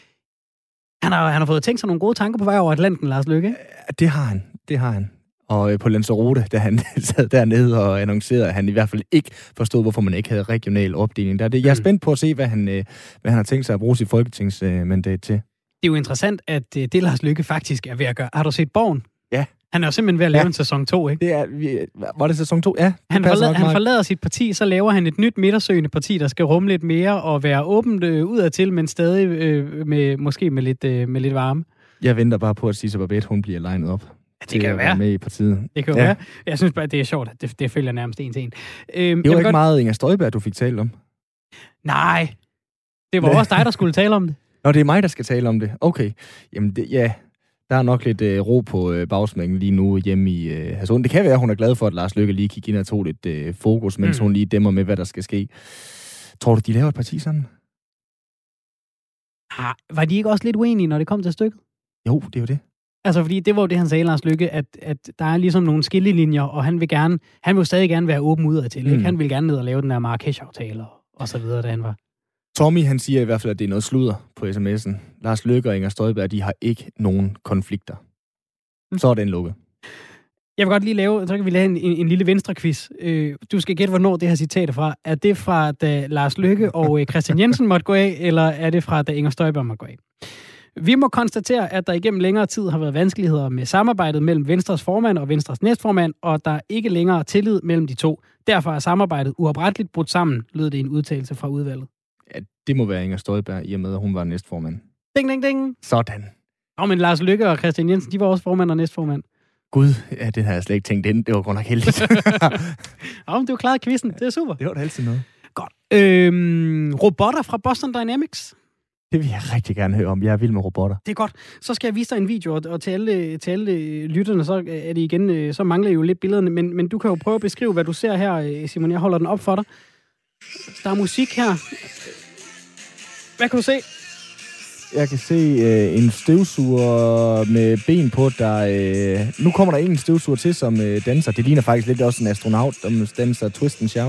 han, har, han har fået tænkt sig nogle gode tanker på vej over Atlanten, Lars Løkke. Det har han, det har han. Og på Lanzarote, da han sad dernede og annoncerede, at han i hvert fald ikke forstod, hvorfor man ikke havde regional opdeling. Der er det. Jeg er spændt på at se, hvad han, hvad han har tænkt sig at bruge sit folketingsmandat til. Det er jo interessant, at det Lars Løkke faktisk er ved at gøre. Har du set Borgen? Ja. Han er jo simpelthen ved at lave ja. en sæson to, ikke? Det er, vi, var det sæson to? Ja. Han, forlad, han forlader sit parti, så laver han et nyt midtersøgende parti, der skal rumme lidt mere og være åbent øh, udadtil, men stadig øh, med, måske med lidt, øh, med lidt varme. Jeg venter bare på, at Sisse Babette, hun bliver legnet op. Ja, det kan jo være. Med i partiet. Det kan jo ja. være. Jeg synes bare, det er sjovt, at det, det følger nærmest en til en. Øhm, det var ikke godt... meget Inger Støjberg, du fik talt om. Nej. Det var også dig, der skulle tale om det. Nå, det er mig, der skal tale om det. Okay. Jamen, det, ja, der er nok lidt øh, ro på øh, bagsmængen lige nu hjemme i øh, Hadsund. Det kan være, at hun er glad for, at Lars Løkke lige kigger ind og tog lidt øh, fokus, mens mm. hun lige dæmmer med, hvad der skal ske. Tror du, de laver et parti sådan? Ah, var de ikke også lidt uenige, når det kom til stykket? Jo, det er jo det. Altså, fordi det var jo det, han sagde, Lars Løkke, at, at der er ligesom nogle skillelinjer, og han vil gerne, han vil jo stadig gerne være åben udadtil, mm. ikke? Han vil gerne ned og lave den der Marrakesh-aftale og, og så videre, da han var. Tommy, han siger i hvert fald, at det er noget sludder på sms'en. Lars Løkke og Inger Støjberg, de har ikke nogen konflikter. Mm. Så er den lukket. Jeg vil godt lige lave, så kan vi lave en, en, en lille Venstre-quiz. Øh, du skal gætte, hvornår det her citat er fra. Er det fra, da Lars Løkke og Christian Jensen måtte gå af, eller er det fra, da Inger Støjberg måtte gå af? Vi må konstatere, at der igennem længere tid har været vanskeligheder med samarbejdet mellem Venstres formand og Venstres næstformand, og der er ikke længere tillid mellem de to. Derfor er samarbejdet uopretteligt brudt sammen, lød det i en udtalelse fra udvalget. Ja, det må være Inger Støjberg, i og med, at hun var næstformand. Ding, ding, ding. Sådan. Nå, men Lars Løkke og Christian Jensen, de var også formand og næstformand. Gud, ja, det har jeg slet ikke tænkt ind. Det var godt nok heldigt. Ja, men det var klaret quizzen. Det er super. Det var da altid noget. Godt. Øhm, robotter fra Boston Dynamics. Det vil jeg rigtig gerne høre om. Jeg er vild med robotter. Det er godt. Så skal jeg vise dig en video, og til alle, til alle lytterne, så er det igen, så mangler jo lidt billederne, men, men du kan jo prøve at beskrive, hvad du ser her, Simon. Jeg holder den op for dig. Der er musik her. Hvad kan du se? Jeg kan se øh, en støvsuger med ben på, der... Øh... Nu kommer der en støvsuger til, som øh, danser. Det ligner faktisk lidt også en astronaut, der danser Twist and Shout.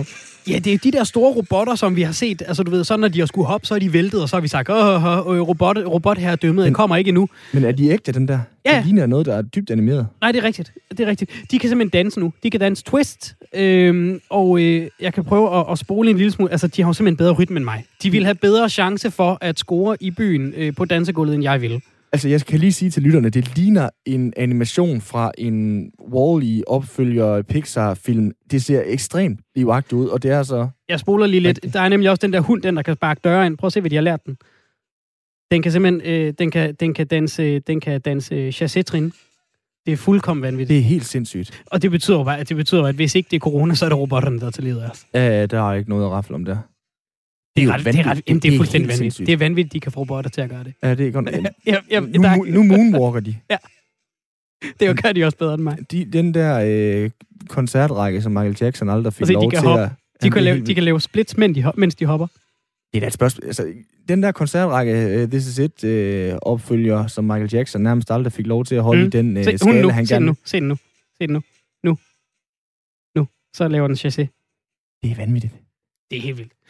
Ja, det er de der store robotter, som vi har set. Altså, du ved, så når de har skulle hoppe, så er de væltet, og så har vi sagt, åh, åh robot, robot her er dømmet, den kommer ikke endnu. Men er de ægte, den der? Ja. Det ligner noget, der er dybt animeret. Nej, det er rigtigt. Det er rigtigt. De kan simpelthen danse nu. De kan danse twist, øhm, og øh, jeg kan prøve at, at spole en lille smule. Altså, de har jo simpelthen bedre rytme end mig. De vil have bedre chance for at score i byen øh, på dansegulvet, end jeg vil. Altså, jeg kan lige sige til lytterne, det ligner en animation fra en Wall-E-opfølger Pixar-film. Det ser ekstremt livagtigt ud, og det er så... Jeg spoler lige lidt. Der er nemlig også den der hund, den der kan sparke døre ind. Prøv at se, hvad de har lært den. Den kan simpelthen... Øh, den, kan, den kan danse, den kan danse chassé-trin. Det er fuldkommen vanvittigt. Det er helt sindssygt. Og det betyder bare, at det betyder, at hvis ikke det er corona, så er det robotterne, der tager livet af os. Ja, der er ikke noget at rafle om der. Det er, ret, det, er ret, det, det er fuldstændig vanvittigt. Sindssygt. Det er vanvittigt, de kan få robotter til at gøre det. Ja, det er godt. ja, ja, nu, der... nu moonwalker de. Ja. Det gør de også bedre end mig. De, den der øh, koncertrække, som Michael Jackson aldrig fik altså, lov de kan til hoppe. at... De kan, lave, de kan lave splits, mens de hopper. Det er da et spørgsmål. Altså, den der koncertrække, uh, This Is It, uh, opfølger, som Michael Jackson nærmest aldrig fik lov til at holde mm. i den uh, se, skala, nu, han se gerne... Nu, se den nu. Se den nu. Nu. Nu. Så laver den chassé. Det er vanvittigt. Det er helt vildt.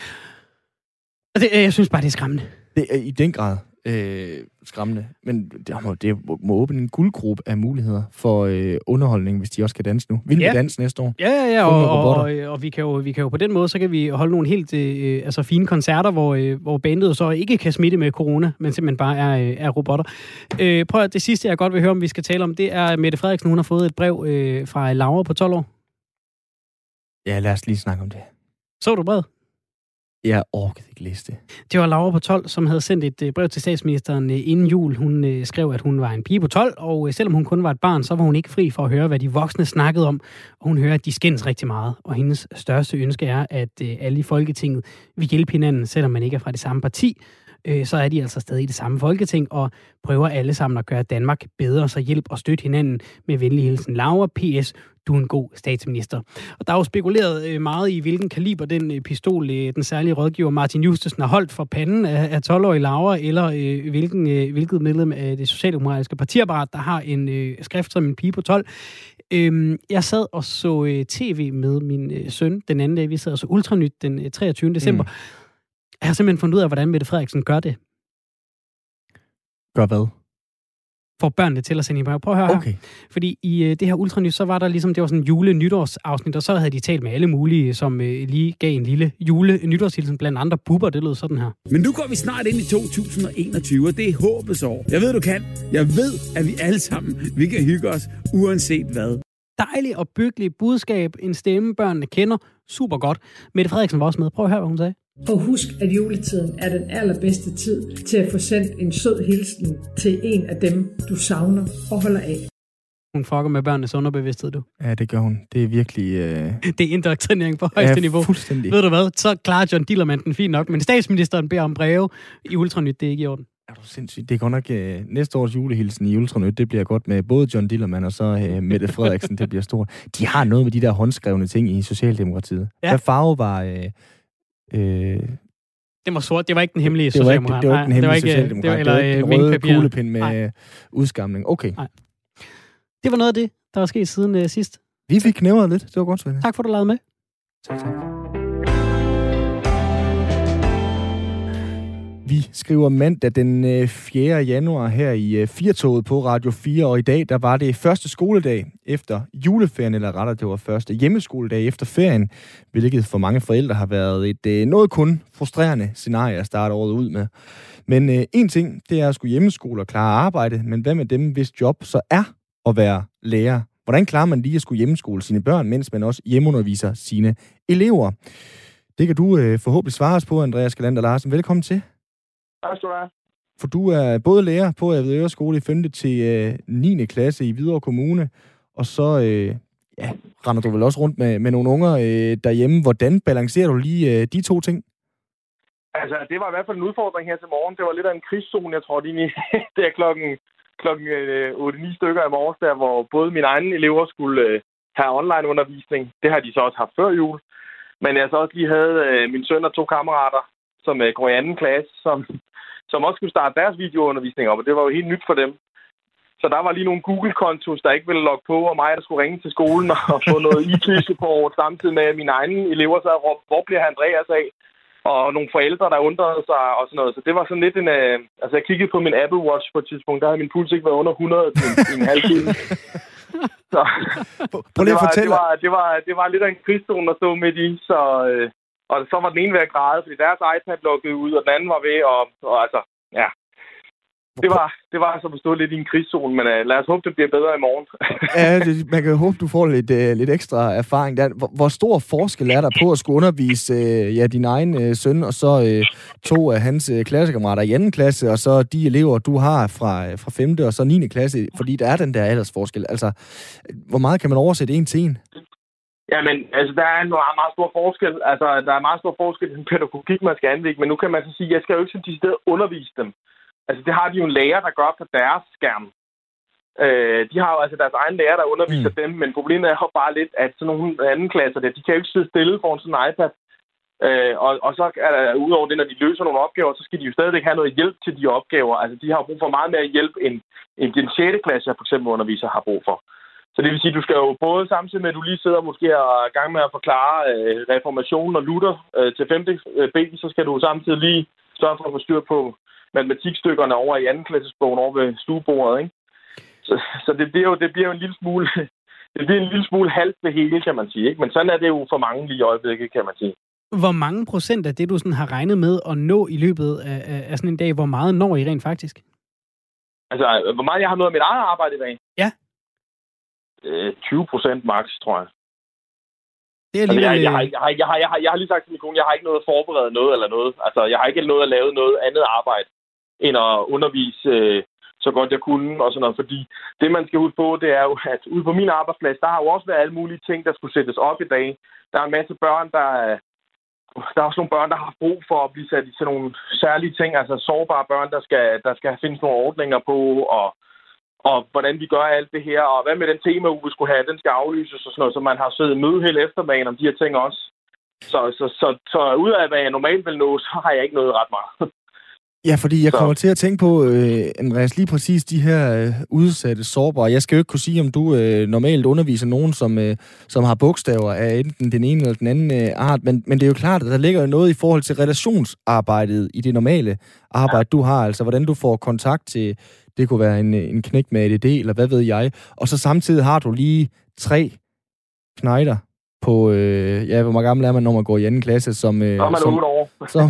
Og det, jeg synes bare, det er skræmmende. Det er i den grad øh, skræmmende. Men det må, det må åbne en guldgruppe af muligheder for øh, underholdning, hvis de også kan danse nu. Vil ja. vi danse næste år? Ja, ja, ja. Og, og, og, og vi, kan jo, vi kan jo på den måde, så kan vi holde nogle helt øh, altså fine koncerter, hvor, øh, hvor bandet så ikke kan smitte med corona, men simpelthen bare er, øh, er robotter. Øh, prøv at det sidste, jeg godt vil høre, om vi skal tale om, det er Mette Frederiksen. Hun har fået et brev øh, fra Laura på tolv år. Ja, lad os lige snakke om det. Så du brevet? Jeg orkede ikke læse det. Det var Laura på tolv, som havde sendt et brev til statsministeren inden jul. Hun skrev, at hun var en pige på tolv, og selvom hun kun var et barn, så var hun ikke fri for at høre, hvad de voksne snakkede om. Og hun hører, at de skændes rigtig meget. Og hendes største ønske er, at alle i Folketinget vil hjælpe hinanden, selvom man ikke er fra det samme parti. Så er de altså stadig i det samme Folketing, og prøver alle sammen at gøre Danmark bedre, så hjælp og støt hinanden med venlig hilsen. Laura, P S Du er en god statsminister. Og der er jo spekuleret meget i, hvilken kaliber den pistol, den særlige rådgiver Martin Justesen har holdt for panden af tolv-årige Laura, eller øh, hvilken, øh, hvilket medlem af det socialdemokratiske partiapparat, der har en øh, skrift som en pige på tolv. Øhm, jeg sad og så øh, tv med min øh, søn den anden dag. Vi sad og så Ultranyt den øh, treogtyvende december. Mm. Jeg har simpelthen fundet ud af, hvordan Mette Frederiksen gør det. Gør hvad? Får børnene til at sende i brev. Prøv at høre okay. her. Fordi i øh, det her Ultranyt, så var der ligesom, det var sådan en jule-nytårsafsnit, og så havde de talt med alle mulige, som øh, lige gav en lille jule-nytårshilsen, blandt andre Bubber. Det lød sådan her. Men nu går vi snart ind i to tusind og enogtyve, og det er håbets år. Jeg ved, du kan. Jeg ved, at vi alle sammen, vi kan hygge os, uanset hvad. Dejligt og byggeligt budskab, en stemme, børnene kender. Super godt. Mette Frederiksen var også med. Prøv at høre, hvad hun sagde. Og husk, at juletiden er den allerbedste tid til at få sendt en sød hilsen til en af dem, du savner og holder af. Hun fucker med børnenes underbevidsthed, du. Ja, det gør hun. Det er virkelig... Øh... Det er indoktrinering på højeste ja, niveau. Fuldstændig. Ved du hvad? Så klarer John Dillermand den fint nok, men statsministeren beder om breve i Ultranyt. Det er ikke i orden. Er du sindssygt? Det er godt nok øh, næste års julehilsen i Ultranyt. Det bliver godt med både John Dillermand og så øh, Mette Frederiksen. Det bliver stort. De har noget med de der håndskrevne ting i Socialdemokratiet. Ja. Hvad farve var... Øh, øh... Det var sort. Det var ikke den hemmelige det var ikke, socialdemokrat. det var ikke den hemmelige socialdemokrat. Det var, eller, det var ikke den røde kuglepind med Nej. udskamning. Okay. Nej. Det var noget af det, der var sket siden uh, sidst. Vi fik knævret lidt. Det var godt, Svend. Tak for, at du lavede med. Tak, tak. Vi skriver mandag den fjerde januar her i Firtoget på Radio fire, og i dag der var det første skoledag efter juleferien, eller rettere det var første hjemmeskoledag efter ferien, hvilket for mange forældre har været et noget kun frustrerende scenarie at starte året ud med. Men øh, en ting, det er at skulle hjemmeskole og klare arbejde, men hvad med dem, hvis job så er at være lærer? Hvordan klarer man lige at skulle hjemmeskole sine børn, mens man også hjemmeunderviser sine elever? Det kan du øh, forhåbentlig svare os på, Andreas Galander Larsen. Velkommen til. Tak skal du have. For du er både lærer på Avedøre Skole i femte til øh, niende klasse i Hvidovre Kommune, og så øh, ja, render du vel også rundt med, med nogle unger øh, derhjemme. Hvordan balancerer du lige øh, de to ting? Altså, det var i hvert fald en udfordring her til morgen. Det var lidt af en krigszone, jeg tror, lige det er klokken, klokken øh, otte ni stykker i morges, der hvor både mine egne elever skulle øh, have online-undervisning. Det har de så også haft før jul. Men jeg så også lige havde øh, min søn og to kammerater, som øh, går i anden klasse, som, som også skulle starte deres videoundervisning op, og det var jo helt nyt for dem. Så der var lige nogle Google-kontos, der ikke ville logge på, og mig, der skulle ringe til skolen og få noget I T-support, samtidig med, at mine egne elever sad og råbte, hvor bliver Andreas af? Og nogle forældre, der undrede sig og sådan noget. Så det var sådan lidt en... Øh, altså, jeg kiggede på min Apple Watch på et tidspunkt, der havde min puls ikke været under hundrede i en halv time. Så, så det, var, det, var, det, var, det var lidt af en krigszone at stå midt i, så... Øh, og så var den ene ved at græde, fordi deres iPad lukkede ud, og den anden var ved, og, og altså, ja... Det var, det var altså forstået lidt i en krigszone, men uh, lad os håbe, det bliver bedre i morgen. Ja, det, man kan jo håbe, du får lidt, uh, lidt ekstra erfaring der. Hvor, hvor stor forskel er der på at skulle undervise uh, ja, din egen uh, søn, og så uh, to af hans uh, klassekammerater i anden klasse, og så de elever, du har fra, fra femte og så niende klasse, fordi der er den der aldersforskel. Altså, hvor meget kan man oversætte en til en? Jamen, altså, der er en meget, meget stor forskel. Altså, der er meget stor forskel i den pædagogik, man skal anlægge, men nu kan man så sige, at jeg skal jo ikke sådan decideret undervise dem. Altså, det har de jo en lærer, der gør på deres skærm. Øh, de har jo altså deres egen lærer, der underviser mm. dem, men problemet er jo bare lidt, at sådan nogle anden klasser der, de kan jo ikke sidde stille foran sådan en iPad. Øh, og, og så er der, udover det, når de løser nogle opgaver, så skal de jo stadigvæk have noget hjælp til de opgaver. Altså, de har brug for meget mere hjælp, end, end den sjette klasse, jeg for eksempel underviser, har brug for. Så det vil sige, at du skal jo både samtidig med, at du lige sidder måske og er i gang med at forklare øh, reformationen og Luther øh, til femte B, så skal du samtidig lige sørge for at få styr på matematikstykkerne over i anden klassesbogen over ved stuebordet, ikke? Så, så det bliver jo det bliver jo en lille smule det bliver en lille smule halvt ved hele, kan man sige, ikke? Men sådan er det jo for mange lige i øjeblikket, kan man sige. Hvor mange procent af det, du sådan har regnet med at nå i løbet af, af sådan en dag, hvor meget når I rent faktisk? Altså, hvor meget jeg har nået af mit eget arbejde i dag? Ja. Øh, tyve procent max, tror jeg. Det er lige... altså, jeg, jeg, har, jeg, har, jeg, har, jeg, har, jeg har lige sagt til min kone, jeg har ikke noget at forberede noget eller noget. Altså, jeg har ikke noget at lave noget andet arbejde, end at undervise øh, så godt jeg kunne og sådan noget. Fordi det, man skal huske på, det er jo, at ude på min arbejdsplads, der har jo også været alle mulige ting, der skulle sættes op i dag. Der er en masse børn, der... Der er også nogle børn, der har brug for at blive sat i sådan nogle særlige ting. Altså sårbare børn, der skal, der skal findes nogle ordninger på, og... og hvordan vi gør alt det her, og hvad med den tema-uge, vi skulle have, den skal aflyses og sådan noget, så man har siddet møde hele eftermiddagen om de her ting også. Så, så, så, så ud af, hvad jeg normalt vil nå, så har jeg ikke nået ret meget. Ja, fordi jeg kommer så. til at tænke på, øh, Andreas, lige præcis de her øh, udsatte, sårbare. Jeg skal jo ikke kunne sige, om du øh, normalt underviser nogen, som, øh, som har bogstaver af enten den ene eller den anden øh, art, men, men det er jo klart, at der ligger jo noget i forhold til relationsarbejdet i det normale arbejde, ja. du har, altså hvordan du får kontakt til, det kunne være en, en knæk med A D D, eller hvad ved jeg, og så samtidig har du lige tre knejder på, øh, ja, hvor gammel er man, når man går i anden klasse, som... Øh, så er man som, otte år. Så,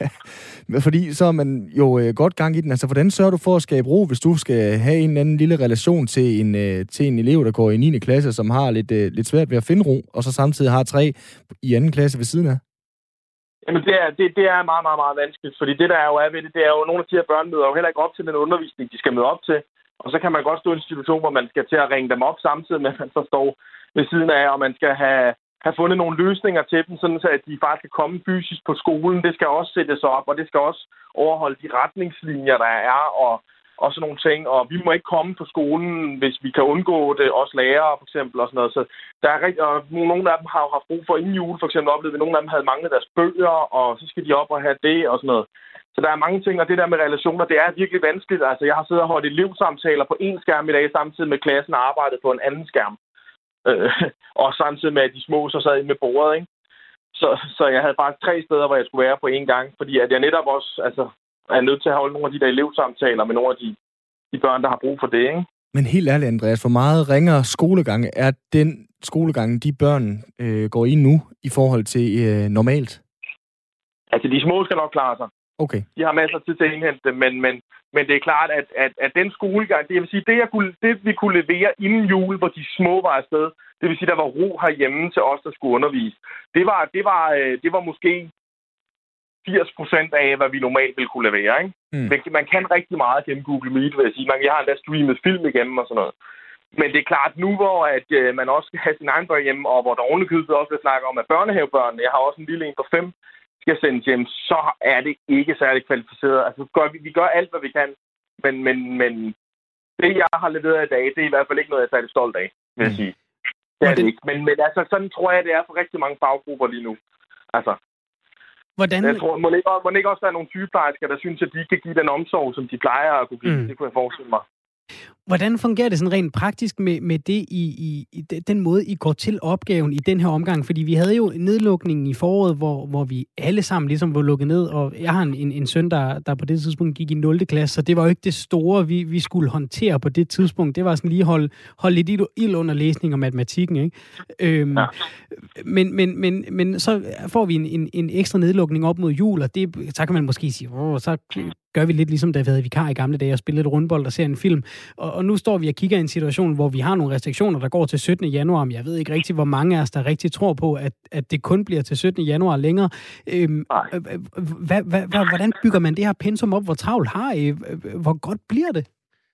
fordi så er man jo øh, godt gang i den. Altså, hvordan sørger du for at skabe ro, hvis du skal have en eller anden lille relation til en, øh, til en elev, der går i niende klasse, som har lidt, øh, lidt svært ved at finde ro, og så samtidig har tre i anden klasse ved siden af? Jamen, det er, det, det er meget, meget, meget vanskeligt, fordi det, der er jo er ved det, det er jo, nogle af de her børn møder jo heller ikke op til den undervisning, de skal møde op til. Og så kan man godt stå i en situation, hvor man skal til at ringe dem op samtidig med, at man så står ved siden af, og man skal have, have fundet nogle løsninger til dem, sådan så at de faktisk kan komme fysisk på skolen. Det skal også sættes op, og det skal også overholde de retningslinjer, der er, og, og sådan nogle ting. Og vi må ikke komme på skolen, hvis vi kan undgå det, også lærere for eksempel, og sådan noget. Så der er rigtig, og nogle af dem har jo haft brug for inden jul, for eksempel oplevet, at nogle af dem havde manglet deres bøger, og så skal de op og have det, og sådan noget. Så der er mange ting, og det der med relationer, det er virkelig vanskeligt. Altså, jeg har siddet og holdt elevsamtaler på en skærm i dag, samtidig med klassen og arbejdet på en anden skærm. Øh, og samtidig med, at de små så sad inde med bordet, ikke? Så, så jeg havde faktisk tre steder, hvor jeg skulle være på én gang, fordi at jeg netop også altså, er nødt til at holde nogle af de der elevsamtaler med nogle af de, de børn, der har brug for det, ikke? Men helt ærligt, Andreas, hvor meget ringer skolegang er den skolegang, de børn øh, går i nu, i forhold til øh, normalt? Altså, de små skal nok klare sig. Okay. De har masser af tid til at indhente det, men, men, men det er klart, at, at, at den skolegang, det vil sige, det, jeg kunne, det vi kunne levere inden jul, hvor de små var afsted, det vil sige, der var ro herhjemme til os, der skulle undervise. Det var, det var, det var måske firs procent af, hvad vi normalt ville kunne levere, ikke? Mm. Men man kan rigtig meget gennem Google Meet, vil jeg sige. Man, jeg har endda streamet film igennem og sådan noget. Men det er klart, nu hvor at, øh, man også skal have sin egen børn hjemme, og hvor der ovenikøbet også vil snakke om, at børnehavebørn, jeg har også en lille en på fem, skal sendes hjem, så er det ikke særlig kvalificeret. Altså, gør vi, vi gør alt, hvad vi kan, men, men, men det, jeg har leveret i dag, det er i hvert fald ikke noget, jeg er særlig stolt af, vil jeg sige. Det er det ikke. Men, men altså, sådan tror jeg, det er for rigtig mange faggrupper lige nu. Altså, Hvordan... jeg tror, må det, ikke, må det ikke også være nogle sygeplejersker, der synes, at de kan give den omsorg, som de plejer at kunne give? Mm. Det kunne jeg forestille mig. Hvordan fungerer det sådan rent praktisk med, med det i, i, i den måde, I går til opgaven i den her omgang? Fordi vi havde jo nedlukningen i foråret, hvor, hvor vi alle sammen ligesom var lukket ned, og jeg har en, en, en søn, der, der på det tidspunkt gik i nul klasse, så det var jo ikke det store, vi, vi skulle håndtere på det tidspunkt. Det var sådan lige holde, holde lidt ild under læsning og matematikken, ikke? Øhm, ja. men, men, men, men så får vi en, en, en ekstra nedlukning op mod jul, og det, så kan man måske sige, åh, så gør vi lidt ligesom, da vi havde vikar i gamle dage og spillede lidt rundbold og ser en film. Og, og nu står vi og kigger i en situation, hvor vi har nogle restriktioner, der går til syttende januar, men jeg ved ikke rigtig, hvor mange af os, der rigtig tror på, at, at det kun bliver til syttende januar længere. Øhm, hvad, hvad, hvad, hvordan bygger man det her pensum op? Hvor travlt har I? Hvor godt bliver det?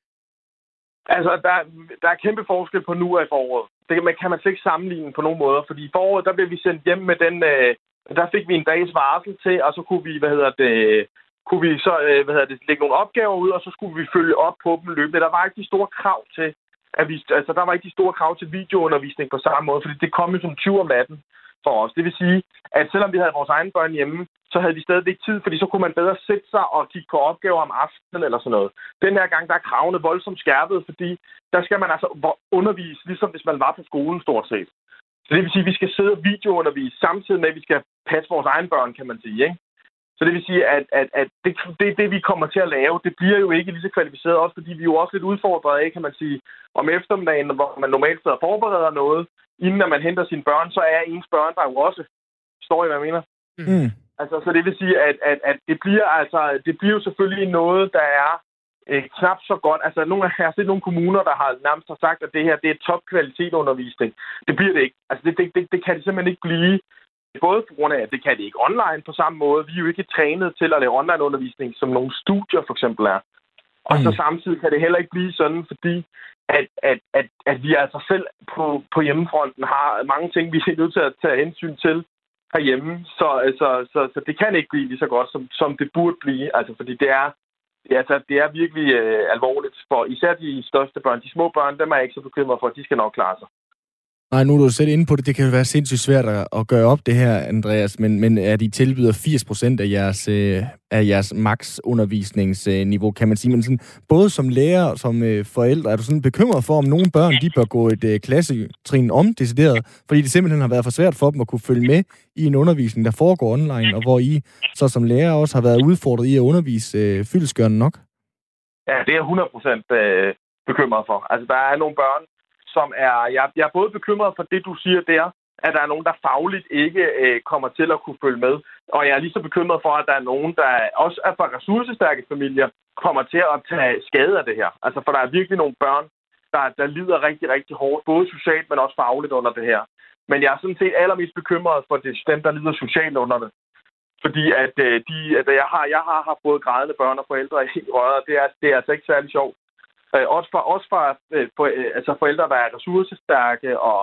Altså, der, der er kæmpe forskel på nu og i foråret. Det kan man slet ikke sammenligne på nogen måder, fordi i foråret, der blev vi sendt hjem med den... Øh, der fik vi en dags varsel til, og så kunne vi, hvad hedder det... kunne vi så hvad hedder det, lægge nogle opgaver ud, og så skulle vi følge op på dem løbende. Der var ikke de store krav til, at vi, altså der var ikke de store krav til videoundervisning på samme måde, fordi det kom jo som tyv om natten for os. Det vil sige, at selvom vi havde vores egne børn hjemme, så havde vi stadig ikke tid, fordi så kunne man bedre sætte sig og kigge på opgaver om aftenen eller sådan noget. Den her gang, der er kravene voldsomt skærpet, fordi der skal man altså undervise, ligesom hvis man var på skolen stort set. Så det vil sige, at vi skal sidde og videoundervise, samtidig med, at vi skal passe vores egne børn, kan man sige, ikke? Så det vil sige, at, at, at det, det, det, vi kommer til at lave, det bliver jo ikke lige så kvalificeret, også fordi vi er jo også lidt udfordret af, kan man sige, om eftermiddagen, hvor man normalt sidder og forbereder noget, inden at man henter sine børn, så er ens børn der jo også. Står I, hvad jeg mener? Mm. Altså, så det vil sige, at, at, at det, bliver, altså, det bliver jo selvfølgelig noget, der er øh, knap så godt. Altså, nogle, jeg har set nogle kommuner, der har nærmest har sagt, at det her det er topkvalitet undervisning. Det bliver det ikke. Altså, det, det, det, det kan det simpelthen ikke blive. Både på grund af, at det kan det ikke online på samme måde. Vi er jo ikke trænet til at lave online-undervisning, som nogle studier for eksempel er. Og så samtidig kan det heller ikke blive sådan, fordi at, at, at, at vi altså selv på, på hjemmefronten har mange ting, vi er nødt til at tage hensyn til herhjemme. Så, så, så, så det kan ikke blive lige så godt, som, som det burde blive. Altså, fordi det er, altså, det er virkelig øh, alvorligt. For især de største børn, de små børn, dem er jeg ikke så bekymret for, at de skal nok klare sig. Nej, nu er du selv inde på det. Det kan jo være sindssygt svært at, at gøre op det her, Andreas, men, men at I tilbyder firs procent af jeres, øh, af jeres max-undervisningsniveau, kan man sige. Men sådan, både som lærer og som øh, forældre, er du sådan bekymret for, om nogle børn de bør gå et øh, klassetrin om decideret, fordi det simpelthen har været for svært for dem at kunne følge med i en undervisning, der foregår online, og hvor I så som lærer også har været udfordret i at undervise øh, fyldestgørende nok? Ja, det er jeg hundrede procent øh, bekymret for. Altså, der er nogle børn, som er, jeg, jeg er både bekymret for det, du siger der, at der er nogen, der fagligt ikke øh, kommer til at kunne følge med. Og jeg er lige så bekymret for, at der er nogen, der også er fra ressourcestærke familier, kommer til at tage skade af det her. Altså, for der er virkelig nogle børn, der, der lider rigtig, rigtig hårdt, både socialt, men også fagligt under det her. Men jeg er sådan set allermest bekymret for det, dem, der lider socialt under det. Fordi at, øh, de, at jeg, har, jeg har haft både grædende børn og forældre i røret, det er, det er altså ikke særlig sjovt. Også for, også for, for altså forældre, der er ressourcestærke og,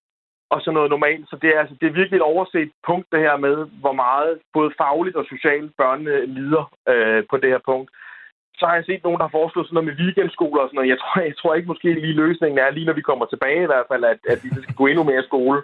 og sådan noget normalt. Så det er, altså, det er virkelig et overset punkt, det her med, hvor meget både fagligt og socialt børnene lider øh, på det her punkt. Så har jeg set nogen, der har foreslået sådan noget med weekendskoler og sådan noget. Jeg tror, jeg tror ikke måske lige løsningen er, lige når vi kommer tilbage i hvert fald, at, at vi skal gå endnu mere i skole.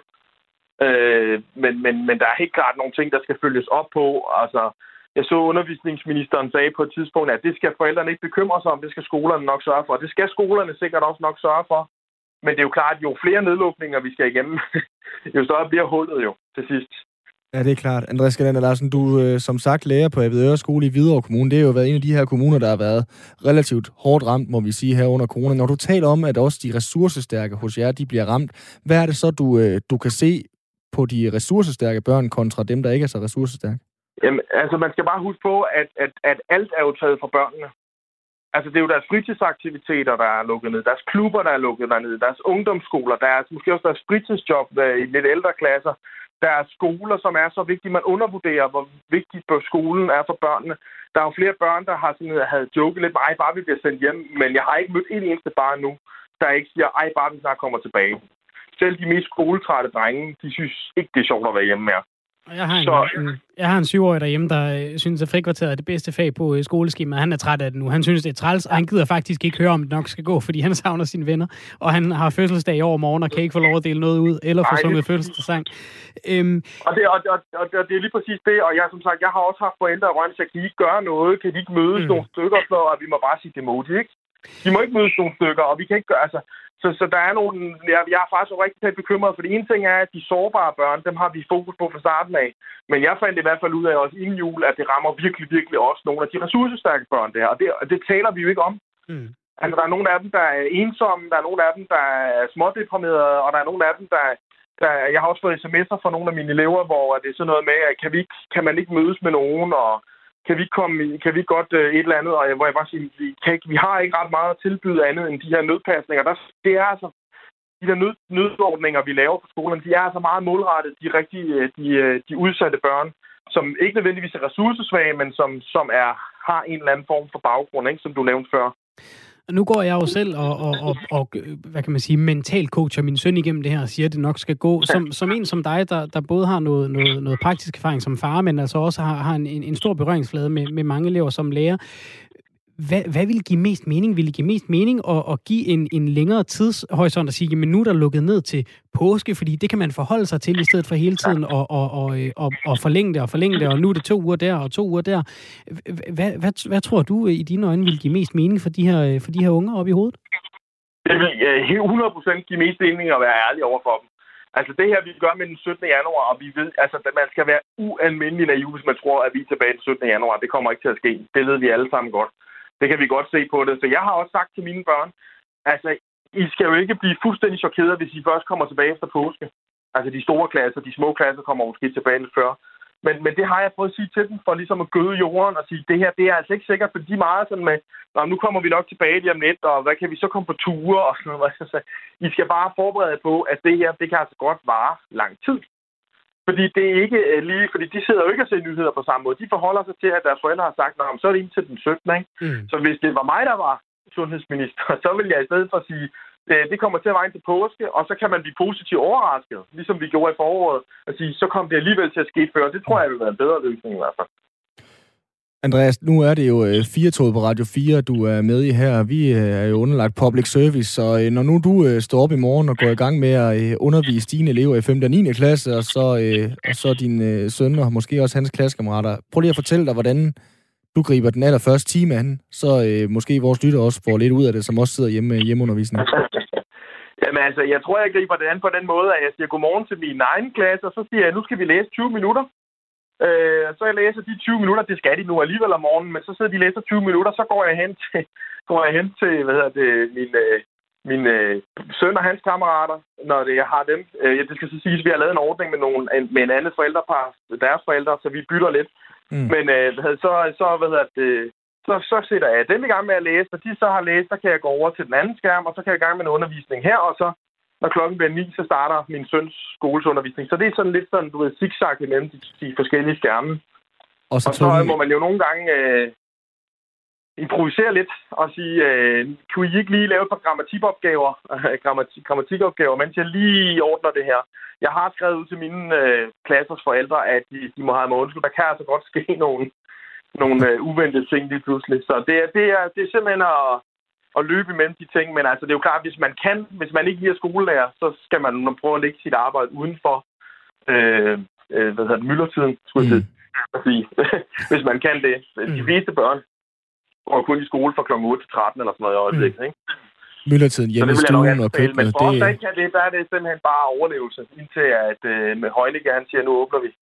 Øh, men, men, men der er helt klart nogle ting, der skal følges op på. Altså... Jeg så undervisningsministeren sagde på et tidspunkt, at det skal forældrene ikke bekymre sig om, det skal skolerne nok sørge for. Det skal skolerne sikkert også nok sørge for. Men det er jo klart, at jo flere nedlukninger vi skal igennem, jo større bliver hullet jo til sidst. Ja, det er klart. Andreas Galander Larsen, du er som sagt lærer på Avedøre Skole i Hvidovre Kommune. Det har jo været en af de her kommuner, der har været relativt hårdt ramt, må vi sige, her under corona. Når du taler om, at også de ressourcestærke hos jer, de bliver ramt, hvad er det så, du, du kan se på de ressourcestærke børn kontra dem, der ikke er så ressourcestærke? Jamen, altså man skal bare huske på, at, at, at alt er jo taget fra børnene. Altså det er jo deres fritidsaktiviteter, der er lukket ned, deres klubber, der er lukket dernede, deres ungdomsskoler, der er måske også deres fritidsjob i lidt ældre klasser, der er skoler, som er så vigtige. Man undervurderer, hvor vigtigt skolen er for børnene. Der er jo flere børn, der har sådan, havde joket lidt, ej, bare vi bliver sendt hjem, men jeg har ikke mødt en eneste barn nu, der ikke siger, ej, bare vi snart kommer tilbage. Selv de mest skoletrætte drenge, de synes ikke, det er sjovt at være hjemme mere. Jeg har en, så, en, jeg har en syvårig derhjemme, der øh, synes, at frikvarteret er det bedste fag på øh, skoleskemaet. Han er træt af det nu. Han synes, det er træls, og han gider faktisk ikke høre, om det nok skal gå, fordi han savner sine venner. Og han har fødselsdag i overmorgen, og kan ikke få lov at dele noget ud, eller få sunget fødselsdagssang. Øhm, og, det, og, og, og, og det er lige præcis det, og jeg, som sagt, jeg har også haft forældre, der rønne sig, kan I ikke gøre noget? Kan de ikke mødes mm. nogle stykker, så at vi må bare sige, det må de ikke? De må ikke mødes nogle stykker, og vi kan ikke gøre... Altså, så, så der er nogle... Jeg, jeg er faktisk rigtig bekymret, for det ene ting er, at de sårbare børn, dem har vi fokus på fra starten af. Men jeg fandt i hvert fald ud af også inden jul, at det rammer virkelig, virkelig også nogle af de ressourcestærke børn der. Og det, det taler vi jo ikke om. Mm. Altså, der er nogle af dem, der er ensomme, der er nogle af dem, der er smådeprimerede, og der er nogle af dem, der... der jeg har også fået sms'er fra nogle af mine elever, hvor det er sådan noget med, at kan, vi ikke, kan man ikke mødes med nogen, og kan vi ikke komme i, kan vi ikke godt uh, et eller andet, og hvor jeg bare siger, vi, kan ikke, vi har ikke ret meget at tilbyde andet end de her nødpasninger. Der, det er altså, de der nød, nødordninger, vi laver på skolerne, de er altså meget målrettet de rigtig, de, de udsatte børn, som ikke nødvendigvis er ressourcesvage, men som, som er, har en eller anden form for baggrund, ikke, som du nævnte før. Nu går jeg jo selv og, og, og, og hvad kan man sige, mental coacher min søn igennem det her og siger, at det nok skal gå. Som, som en som dig, der, der både har noget, noget, noget praktisk erfaring som far, men altså også har, har en, en stor berøringsflade med, med mange elever som lærer. Hvad, hvad vil give mest mening? Vil det give mest mening at, at give en, en længere tidshorisont og sige, jamen nu er der lukket ned til påske, fordi det kan man forholde sig til i stedet for hele tiden og, og, og, og, og forlænge det og forlænge det, og nu er det to uger der og to uger der. Hvad, hvad, hvad tror du i dine øjne vil give mest mening for de her, for de her unger oppe i hovedet? Det vil hundrede procent give mest mening at være ærlig over for dem. Altså det her, vi gør med den syttende januar, og vi ved, altså at man skal være ualmindelig naiv, hvis man tror, at vi er tilbage den syttende januar. Det kommer ikke til at ske. Det ved vi alle sammen godt. Det kan vi godt se på det. Så jeg har også sagt til mine børn, altså, I skal jo ikke blive fuldstændig chokeret, hvis I først kommer tilbage efter påske. Altså, de store klasser, de små klasser kommer måske tilbage lidt før. Men, men det har jeg prøvet at sige til dem, for ligesom at gøde jorden og sige, det her, det er altså ikke sikkert, for de er meget sådan med, nå, nu kommer vi nok tilbage lige om lidt, og hvad kan vi så komme på ture og sådan noget. Så I skal bare forberede på, at det her, det kan altså godt vare lang tid. Fordi det er ikke lige, fordi de sidder jo ikke og ser nyheder på samme måde. De forholder sig til, at deres forældre har sagt, nå, så er det indtil den syttende, ikke? Mm. Så hvis det var mig, der var sundhedsminister, så ville jeg i stedet for sige, det kommer til at veje til påske, og så kan man blive positivt overrasket, ligesom vi gjorde i foråret, og sige, så kom det alligevel til at ske før. Det tror jeg vil være en bedre løsning i hvert fald. Andreas, nu er det jo Firtoget på Radio fire, du er med i her. Vi er jo underlagt public service, så når nu du står op i morgen og går i gang med at undervise dine elever i femte og niende klasse, og så, og så dine sønner, og måske også hans klassekammerater, prøv lige at fortælle dig, hvordan du griber den allerførste time an, så måske vores lytter også får lidt ud af det, som også sidder hjemme med hjemmeundervisning. Jamen altså, jeg tror, jeg griber det an på den måde, at jeg siger godmorgen til min egen klasse, og så siger jeg, nu skal vi læse tyve minutter. Øh, så jeg læser de tyve minutter, det skal de nu alligevel om morgenen, men så sidder de og læser tyve minutter, så går jeg hen til, går jeg hen til hvad hedder det, min, øh, min øh, søn og hans kammerater, når det, jeg har dem. Øh, det skal så siges, at vi har lavet en ordning med, nogle, med en anden forældrepar, deres forældre, så vi bytter lidt. Mm. Men øh, så, så, hvad hedder det, så, så sætter jeg dem i gang med at læse, og de så har læst, så kan jeg gå over til den anden skærm, og så kan jeg i gang med en undervisning her, og så når klokken bliver ni, så starter min søns skolesundervisning. Så det er sådan lidt sådan, du ved, zigzag imellem de, de forskellige skærme. Og så, og så må man jo nogle gange øh, improvisere lidt og sige, øh, kunne I ikke lige lave et par grammatikopgaver, øh, grammatik, grammatikopgaver, mens jeg lige ordner det her. Jeg har skrevet ud til mine øh, klassers forældre, at de, de må have mig undskyld. Der kan altså godt ske nogle, nogle øh, uventede ting lige pludselig. Så det er, det er, det er simpelthen at... og løbe imellem de ting, men altså det er jo klart, hvis man kan, hvis man ikke lige er skolelærer, så skal man prøve at lægge sit arbejde uden for øh, øh, hvad hedder det, myldretiden, skulle jeg mm. sige. Hvis man kan det. De fleste børn går kun i skole fra klokken otte til tretten eller sådan noget i øjeblikket, mm. ikke? Myldretiden hjemme i stuen og køkkenet. Men for os, der ikke kan det, der er det simpelthen bare overlevelse, indtil at øh, med Heunicke, han siger, nu åbner vi.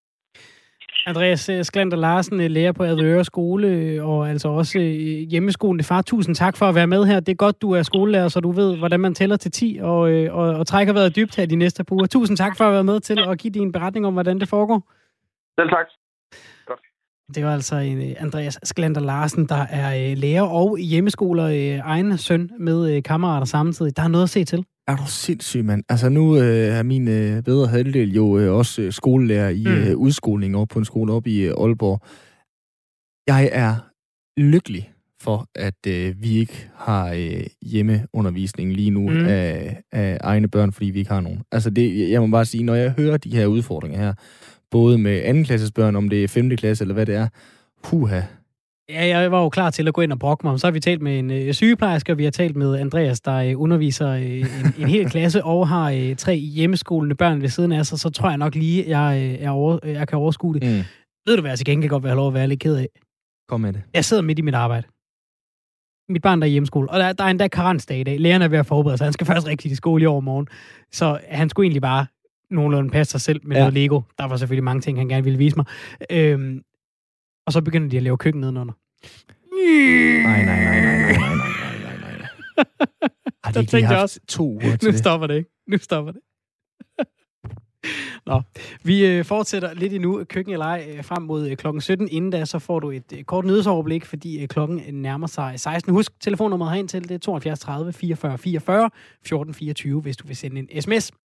Andreas Sklanter Larsen, lærer på Avedøre Skole, og altså også hjemmeskolende far. Tusind tak for at være med her. Det er godt, du er skolelærer, så du ved, hvordan man tæller til ti, og, og, og trækker vejret dybt her de næste par uger. Tusind tak for at være med til at give din beretning om, hvordan det foregår. Selv tak. Godt. Det var altså Andreas Sklanter Larsen, der er lærer og hjemmeskoler, egen søn med kammerater samtidig. Der er noget at se til. Er du sindssyg, mand? Altså nu øh, er min øh, bedre halvdel jo øh, også øh, skolelærer i mm. øh, udskoling op på en skole op i øh, Aalborg. Jeg er lykkelig for, at øh, vi ikke har øh, hjemmeundervisning lige nu mm. af, af egne børn, fordi vi ikke har nogen. Altså det, jeg må bare sige, når jeg hører de her udfordringer her, både med anden klasses børn, om det er femte klasse eller hvad det er, puha. Ja, jeg var jo klar til at gå ind og brokke mig. Så har vi talt med en øh, sygeplejerske, og vi har talt med Andreas, der øh, underviser øh, en, en hel klasse, og har øh, tre hjemmeskolende børn ved siden af sig. Så tror jeg nok lige, jeg, øh, er over, øh, jeg kan overskue det. Mm. Ved du hvad, jeg til gengæld godt vil have lov at være lidt ked af? Kom med det. Jeg sidder midt i mit arbejde. mit barn der er i hjemmeskole, og der, der er endda karensdag i dag. Læreren er ved at forberede sig. Han skal først rigtig i skole i overmorgen. Så han skulle egentlig bare nogenlunde passe sig selv med ja. noget Lego. Der var selvfølgelig mange ting, han gerne ville vise mig. Øhm, og så begynder de at lave køkken nedenunder. Nej, nej, nej, nej, nej, nej, nej, nej, nej. Har de ikke lige haft to uger til Nu det? stopper det ikke. Nu stopper det. Nå, vi øh, fortsætter lidt endnu køkken eller ej øh, frem mod øh, klokken sytten. Inden da, så får du et øh, kort nyhedsoverblik, fordi øh, klokken nærmer sig seksten. Husk telefonnummeret herind til, det er tooghalvfjerds tredive fireogfyrre fireogfyrre fjorten fireogtyve, hvis du vil sende en sms.